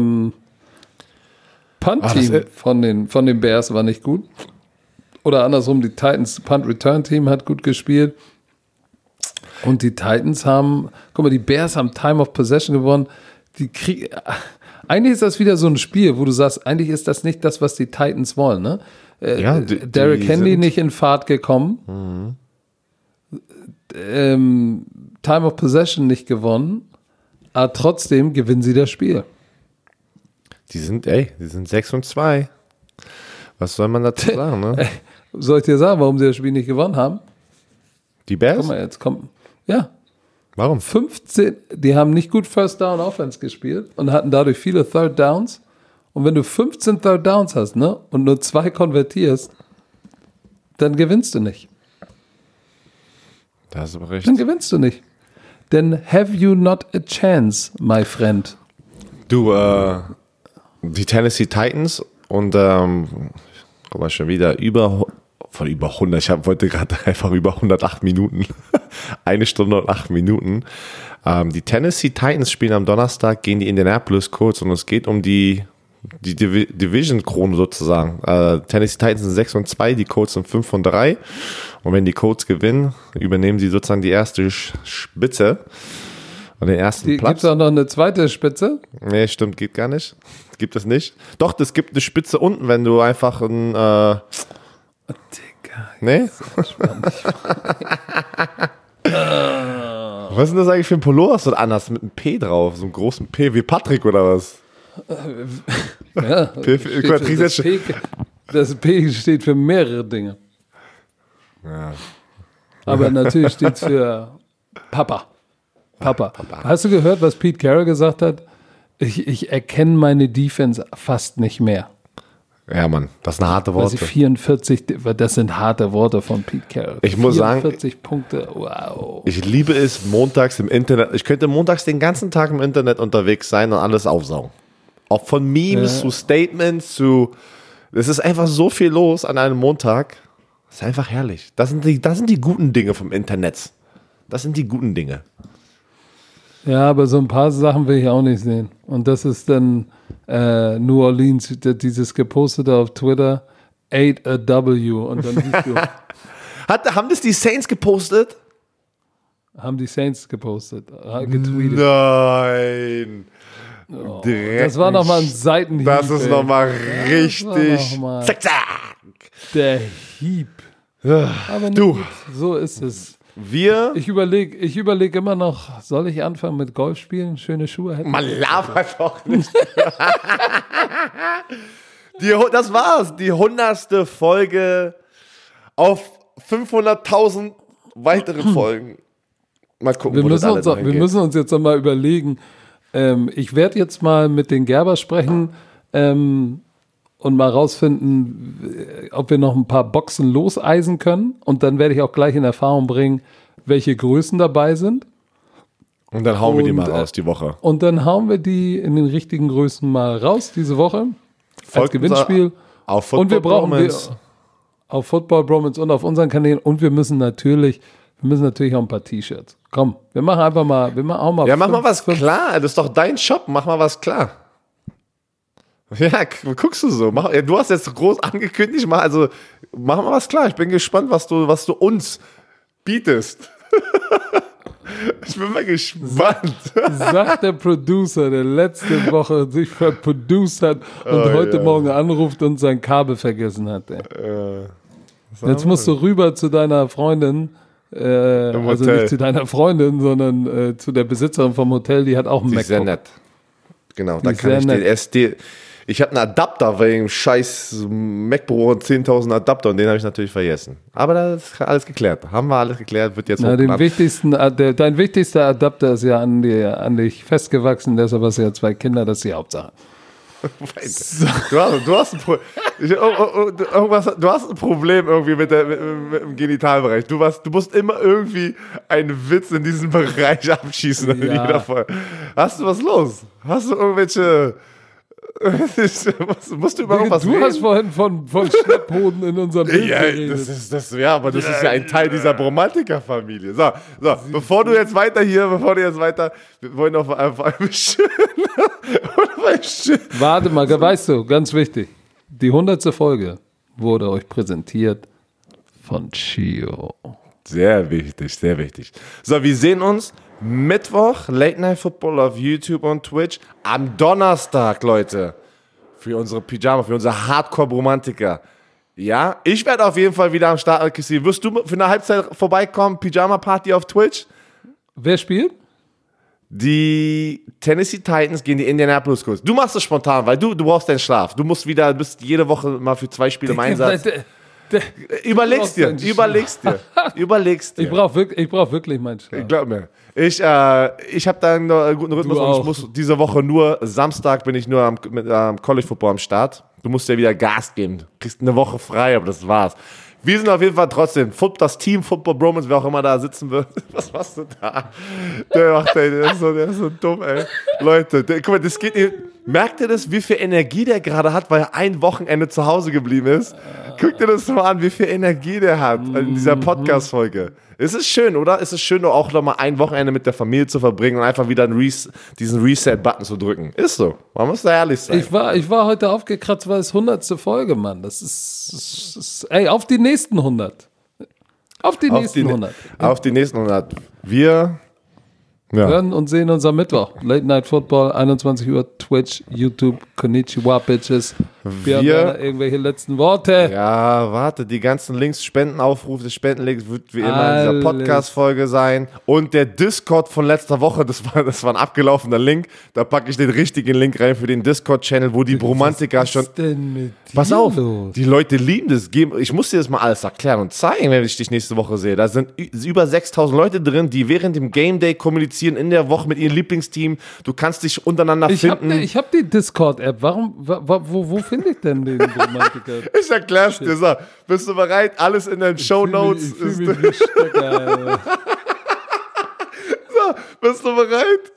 Punt-Team von den Bears war nicht gut. Oder andersrum, die Titans Punt-Return-Team hat gut gespielt. Und die Titans die Bears haben Time of Possession gewonnen. Eigentlich ist das wieder so ein Spiel, wo du sagst, eigentlich ist das nicht das, was die Titans wollen, ne? Derrick Henry nicht in Fahrt gekommen. Mhm. Time of Possession nicht gewonnen. Aber trotzdem gewinnen sie das Spiel. Die sind 6-2. Was soll man dazu sagen, ne? Soll ich dir sagen, warum sie das Spiel nicht gewonnen haben? Die Bears? Guck mal, jetzt kommt. Ja. Warum? 15, die haben nicht gut First Down Offense gespielt und hatten dadurch viele Third Downs. Und wenn du 15 Third Downs hast, ne, und nur 2 konvertierst, dann gewinnst du nicht. Das ist aber richtig. Dann gewinnst du nicht. Then have you not a chance, my friend. Du, die Tennessee Titans und guck mal, schon wieder über 100, ich wollte gerade einfach über 108 Minuten, 1 Stunde und 8 Minuten. Die Tennessee Titans spielen am Donnerstag gegen die Indianapolis Colts und es geht um die Division-Krone sozusagen. Tennessee Titans sind 6-2, die Colts sind 5-3 und wenn die Colts gewinnen, übernehmen sie sozusagen die erste Spitze und den ersten Platz. Gibt es auch noch eine zweite Spitze? Nee, stimmt, geht gar nicht. Gibt es nicht. Doch, es gibt eine Spitze unten, wenn du einfach ein Digga. Nee? Was ist denn das eigentlich für ein Pullover, was du anhast mit einem P drauf? So einem großen P, wie Patrick oder was? Ja, das P steht für mehrere Dinge. Ja. Aber natürlich steht es für Papa. Papa. Hast du gehört, was Pete Carroll gesagt hat? Ich erkenne meine Defense fast nicht mehr. Ja, Mann, das sind harte Worte. 44, das sind harte Worte von Pete Carroll. Ich muss sagen, 44 Punkte, wow. Ich liebe es montags im Internet. Ich könnte montags den ganzen Tag im Internet unterwegs sein und alles aufsaugen. Auch von Memes zu Statements zu... Es ist einfach so viel los an einem Montag. Das ist einfach herrlich. Das sind die guten Dinge vom Internet. Das sind die guten Dinge. Ja, aber so ein paar Sachen will ich auch nicht sehen. Und das ist dann New Orleans, dieses gepostete auf Twitter, 8AW. Und dann siehst du... Haben das die Saints gepostet? Haben die Saints gepostet, getweetet. Nein. Oh, das war nochmal ein Seitenhieb. Das ist nochmal richtig. Zack, zack. Der Hieb. Aber du. Gut, so ist es. Ich überleg immer noch, soll ich anfangen mit Golf spielen? Schöne Schuhe hätten. Man labert doch nicht. Das war's. Die 100. Folge auf 500.000 weitere Folgen. Mal gucken, wir müssen uns jetzt nochmal überlegen. Ich werde jetzt mal mit den Gerber sprechen und mal rausfinden, ob wir noch ein paar Boxen loseisen können. Und dann werde ich auch gleich in Erfahrung bringen, welche Größen dabei sind. Und dann hauen wir die mal raus die Woche. Und dann hauen wir die in den richtigen Größen mal raus diese Woche. Als Gewinnspiel. Auf Football Bromance. Auf Football Bromance und auf unseren Kanälen. Und wir müssen natürlich auch ein paar T-Shirts. Komm, wir machen auch mal. Ja, mach mal was klar. Das ist doch dein Shop. Mach mal was klar. Ja, guckst du so. Du hast jetzt groß angekündigt. Mach mal was klar. Ich bin gespannt, was du uns bietest. Ich bin mal gespannt. Sagt der Producer, der letzte Woche sich verproduced hat und heute Morgen anruft und sein Kabel vergessen hat. Jetzt musst du rüber zu deiner Freundin. Also nicht zu deiner Freundin, sondern zu der Besitzerin vom Hotel, die hat auch einen MacBook. Sehr nett. Genau, da kann ich den SD. Ich habe einen Adapter wegen scheiß MacBook 10.000 Adapter und den habe ich natürlich vergessen. Aber das ist alles geklärt. Haben wir alles geklärt, wird jetzt dein wichtigster Adapter ist ja an dich festgewachsen, deshalb hast du ja 2 Kinder, das ist die Hauptsache. Du hast ein Problem irgendwie mit dem Genitalbereich. Du musst immer irgendwie einen Witz in diesem Bereich abschießen in jeder Folge. Hast du was los? Hast du irgendwelche... musst du über irgendwas reden? Du hast vorhin von Schlepphoden in unserem Bild geredet. Aber das ist ja ein Teil dieser Bromantiker-Familie. So, bevor du jetzt weiter, wir wollen auf einmal schön. Warte mal, weißt du, ganz wichtig. Die 100. Folge wurde euch präsentiert von Chio. Sehr wichtig, sehr wichtig. So, wir sehen uns Mittwoch, Late Night Football auf YouTube und Twitch. Am Donnerstag, Leute, für unsere Hardcore-Romantiker. Ja, ich werde auf jeden Fall wieder am Start. Wirst du für eine Halbzeit vorbeikommen? Pyjama-Party auf Twitch? Wer spielt? Die Tennessee Titans gegen die Indianapolis Colts. Du machst es spontan, weil du brauchst deinen Schlaf. Du bist jede Woche mal für 2 Spiele im Einsatz. Überlegst dir. Ich brauch wirklich meinen Schlaf. Glaub mir. Ich habe da einen guten Rhythmus und ich muss diese Woche Samstag bin ich nur am College Football am Start. Du musst ja wieder Gas geben. Du kriegst eine Woche frei, aber das war's. Wir sind auf jeden Fall trotzdem das Team Football Bromance, wer auch immer da sitzen wird. Was machst du da? Der ist so dumm, ey. Leute, guck mal, das geht nicht. Merkt ihr das, wie viel Energie der gerade hat, weil er ein Wochenende zu Hause geblieben ist? Guck dir das mal an, wie viel Energie der hat in dieser Podcast-Folge. Es ist schön, oder? Es ist schön, auch noch mal ein Wochenende mit der Familie zu verbringen und einfach wieder diesen Reset-Button zu drücken. Ist so. Man muss da ehrlich sein. Ich war heute aufgekratzt, weil es 100. Folge, Mann. Das ist auf die nächsten 100. Auf die nächsten 100. Wir hören und sehen uns am Mittwoch. Late Night Football, 21 Uhr, Twitch, YouTube, Konnichiwa, Bitches. Björn Werner, irgendwelche letzten Worte. Ja, warte, die ganzen Links, Spendenaufrufe, des Spendenlinks wird wie immer in dieser Podcast-Folge sein. Und der Discord von letzter Woche, das war ein abgelaufener Link. Da packe ich den richtigen Link rein für den Discord-Channel, wo die Bromantiker schon... Was ist denn mit Pass dir auf, los? die Leute lieben das. Ich muss dir das mal alles erklären und zeigen, wenn ich dich nächste Woche sehe. Da sind über 6.000 Leute drin, die während dem Game Day kommunizieren in der Woche mit ihrem Lieblingsteam. Du kannst dich untereinander finden. Ich hab die Discord-App. Wo finde ich denn den Romantiker? Ich erklär's dir so. Bist du bereit? Alles in den Shownotes. Ich fühl mich wie Stöcker. So, bist du bereit?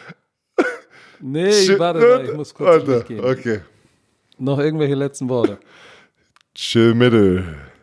Nee, warte mal, ich muss kurz durchgehen. Okay. Noch irgendwelche letzten Worte? Chill Mittel.